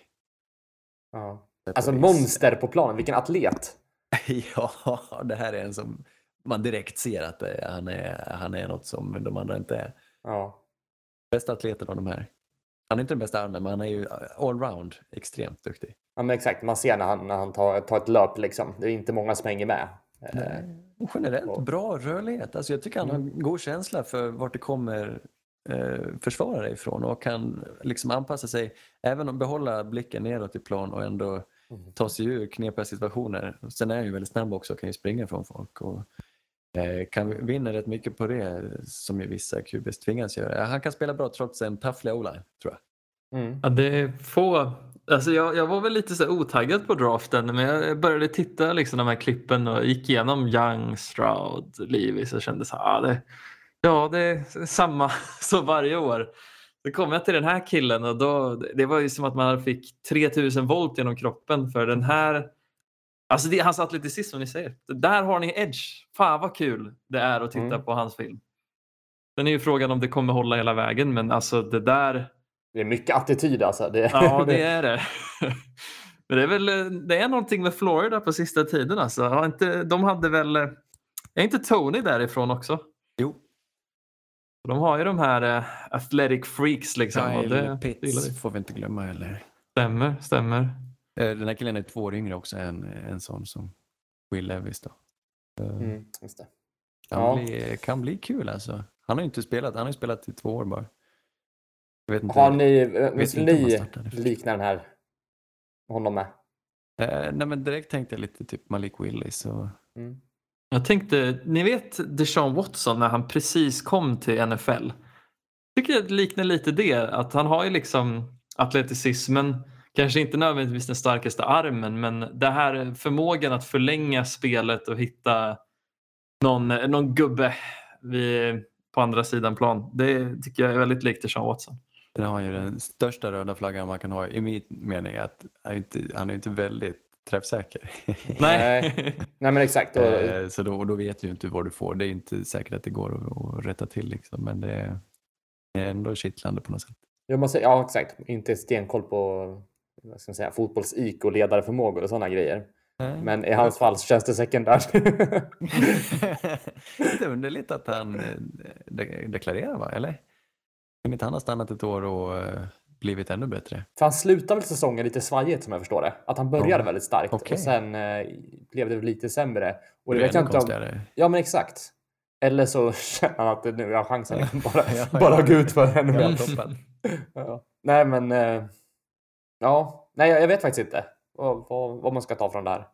Speaker 2: Ja. Alltså monster på planen, vilken atlet.
Speaker 3: Ja, det här är en som man direkt ser att det, han, är, han är något som de andra inte är.
Speaker 2: Ja.
Speaker 3: Bästa atleten av de här. Han är inte den bästa armen, men han är ju allround extremt duktig.
Speaker 2: Ja, men exakt. Man ser när han, när han tar, tar ett löp liksom. Det är inte många som hänger med.
Speaker 3: Nej. Och generellt och... bra rörlighet. Alltså jag tycker han mm. har en god känsla för vart det kommer eh, försvarare ifrån och kan liksom anpassa sig, även om behålla blicken neråt i plan och ändå mm. ta sig ur knepiga situationer. Sen är han ju väldigt snabb också och kan ju springa från folk och eh, kan vinna rätt mycket på det som ju vissa Q Bs tvingas göra. Han kan spela bra trots en tafflig O-line, tror jag.
Speaker 4: Mm. Ja, det är få... Alltså jag, jag var väl lite så otaggad på draften, men jag började titta liksom de här klippen och gick igenom Young, Stroud, Levis och kände så här, ah, det, ja det är samma som varje år. Så kom jag till den här killen och då, det var ju som att man fick tre tusen volt genom kroppen för den här, alltså det är hans atleticism som ni säger. Där har ni edge. Fan vad kul det är att titta mm. på hans film. Sen är ju frågan om det kommer hålla hela vägen, men alltså det där...
Speaker 2: Det är mycket attityd alltså. Det...
Speaker 4: Ja, det är det. Men det är väl det är någonting med Florida på sista tiden alltså. Har inte, de hade väl... Är inte Tony därifrån också?
Speaker 3: Jo.
Speaker 4: De har ju de här uh, athletic freaks liksom.
Speaker 3: Ja,
Speaker 4: det
Speaker 3: Pitts får vi inte glömma heller.
Speaker 4: Stämmer, stämmer.
Speaker 3: Den här killen är två år yngre också än en sån som Will Levis då.
Speaker 2: Mm, just det.
Speaker 3: Kan, ja. bli, kan bli kul alltså. Han har ju inte spelat, han har ju spelat i två år bara. Jag vet inte,
Speaker 2: har ni,
Speaker 3: vet
Speaker 2: ni liknar den här honom med?
Speaker 3: Eh, nej men direkt tänkte jag lite typ Malik Willis. Och...
Speaker 2: Mm.
Speaker 4: Jag tänkte, ni vet Deshaun Watson när han precis kom till N F L. Jag tycker det liknar lite det, att han har ju liksom atleticismen, kanske inte nödvändigtvis den starkaste armen, men det här förmågan att förlänga spelet och hitta någon, någon gubbe vid, på andra sidan plan. Det tycker jag är väldigt likt Deshaun Watson.
Speaker 3: Den har ju den största röda flaggan man kan ha i min mening, att han är inte, han är inte väldigt träffsäker.
Speaker 2: Nej, Nej men exakt.
Speaker 3: Och... Så då, då vet du inte vad du får. Det är inte säkert att det går att, att rätta till liksom, men det är ändå kittlande på något sätt.
Speaker 2: Jag måste, ja exakt, inte stenkoll på vad ska man säga, fotbolls-I Q och ledarförmågor och sådana grejer.
Speaker 3: Nej.
Speaker 2: Men i hans fall så känns det sekundärt.
Speaker 3: Lite underligt att han de- deklarerar, va? Eller? Enligt han har stannat ett år och uh, blivit ännu bättre.
Speaker 2: För han slutade väl säsongen lite svajigt som jag förstår det. Att han började
Speaker 3: Ja.
Speaker 2: väldigt starkt
Speaker 3: Okej.
Speaker 2: och sen eh, blev det lite sämre. Och det
Speaker 3: Det är
Speaker 2: vet jag
Speaker 3: ännu
Speaker 2: inte om...
Speaker 3: konstigare.
Speaker 2: Ja, men exakt. Eller så känner han att nu har jag chansen att bara,
Speaker 3: Ja,
Speaker 2: bara
Speaker 3: ja.
Speaker 2: gå ut för ännu
Speaker 3: Ja,
Speaker 2: mer.
Speaker 3: toppen.
Speaker 2: Ja. Nej, men... Eh, ja, nej, jag, jag vet faktiskt inte vad, vad, vad man ska ta från det här.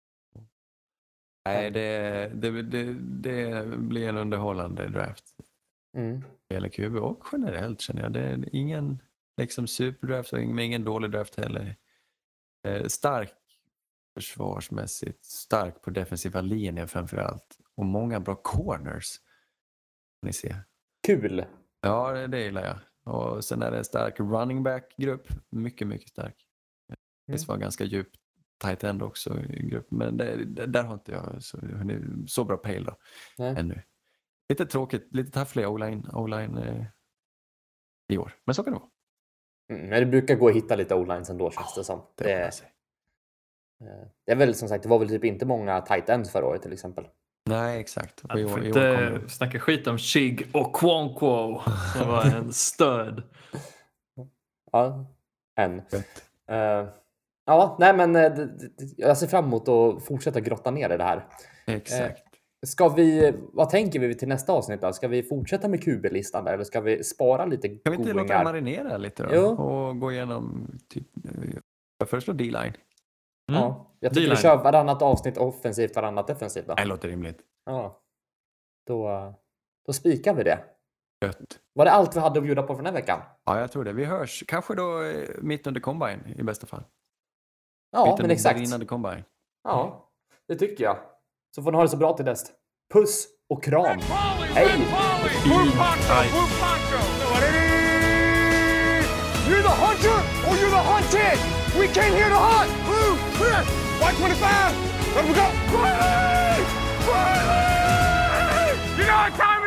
Speaker 3: Nej, det, det, det, det blir en underhållande draft.
Speaker 2: Mm.
Speaker 3: Eller Q B och generellt känner jag. Det är ingen liksom superdraft och ingen, ingen dålig draft heller. Eh, stark försvarsmässigt, stark på defensiva linjer framförallt. Och många bra corners. Kan ni se.
Speaker 2: Kul.
Speaker 3: Ja, det, det gillar jag. Och sen är det en stark running back-grupp. Mycket, mycket stark. Det var ganska djupt tight end också i grupp. Men det, det, där har inte jag så, så bra pejl då.
Speaker 2: Nej.
Speaker 3: Ännu. Lite tråkigt, lite taffliga O-line, O-line eh, i år. Men så kan det vara.
Speaker 2: Mm, men det brukar gå att hitta lite O-lines ändå, känns det som.
Speaker 3: Det,
Speaker 2: Det,
Speaker 3: det,
Speaker 2: är- eh, det är väl som sagt, det var väl typ inte många tight ends förra året till exempel.
Speaker 3: Nej, exakt. Och i
Speaker 4: Jag
Speaker 3: år,
Speaker 4: får
Speaker 3: i år kommer
Speaker 4: inte
Speaker 3: det.
Speaker 4: snacka skit om Chig och Quonquo som var en stöd.
Speaker 2: Ja, en.
Speaker 3: Rätt.
Speaker 2: Eh, ja, nej men eh, det, det, jag ser fram emot att fortsätta grotta ner i det här.
Speaker 3: Exakt.
Speaker 2: Ska vi, vad tänker vi till nästa avsnitt då? Ska vi fortsätta med Q B-listan där, eller ska vi spara lite
Speaker 3: Kan vi inte låta
Speaker 2: godingar?
Speaker 3: det marinera lite då?
Speaker 2: Jo.
Speaker 3: Och gå igenom typ, jag föreslår D-line.
Speaker 4: Mm.
Speaker 2: Ja, jag tycker vi
Speaker 4: D-line.
Speaker 2: kör varannat avsnitt offensivt, varannat defensivt då.
Speaker 3: Det låter rimligt.
Speaker 2: Ja. Då, då spikar vi det.
Speaker 3: Gött.
Speaker 2: Var det allt vi hade att bjuda på för den här veckan?
Speaker 3: Ja, jag tror det. Vi hörs kanske då eh, mitt under combine i bästa fall.
Speaker 2: Ja,
Speaker 3: mitt
Speaker 2: men
Speaker 3: under
Speaker 2: exakt.
Speaker 3: brinnande combine.
Speaker 2: Ja, det tycker jag. Så får ni ha det så bra till dess. Puss och kram.
Speaker 1: Red Polly,
Speaker 2: Hey.
Speaker 1: Red Polly, Blue Poncho,
Speaker 4: Hey.
Speaker 1: Blue Poncho. You're the hunter or you're the hunted. We came here to hunt. Blue, clear. White twenty-five. Let we go. Riley! Riley! You know what time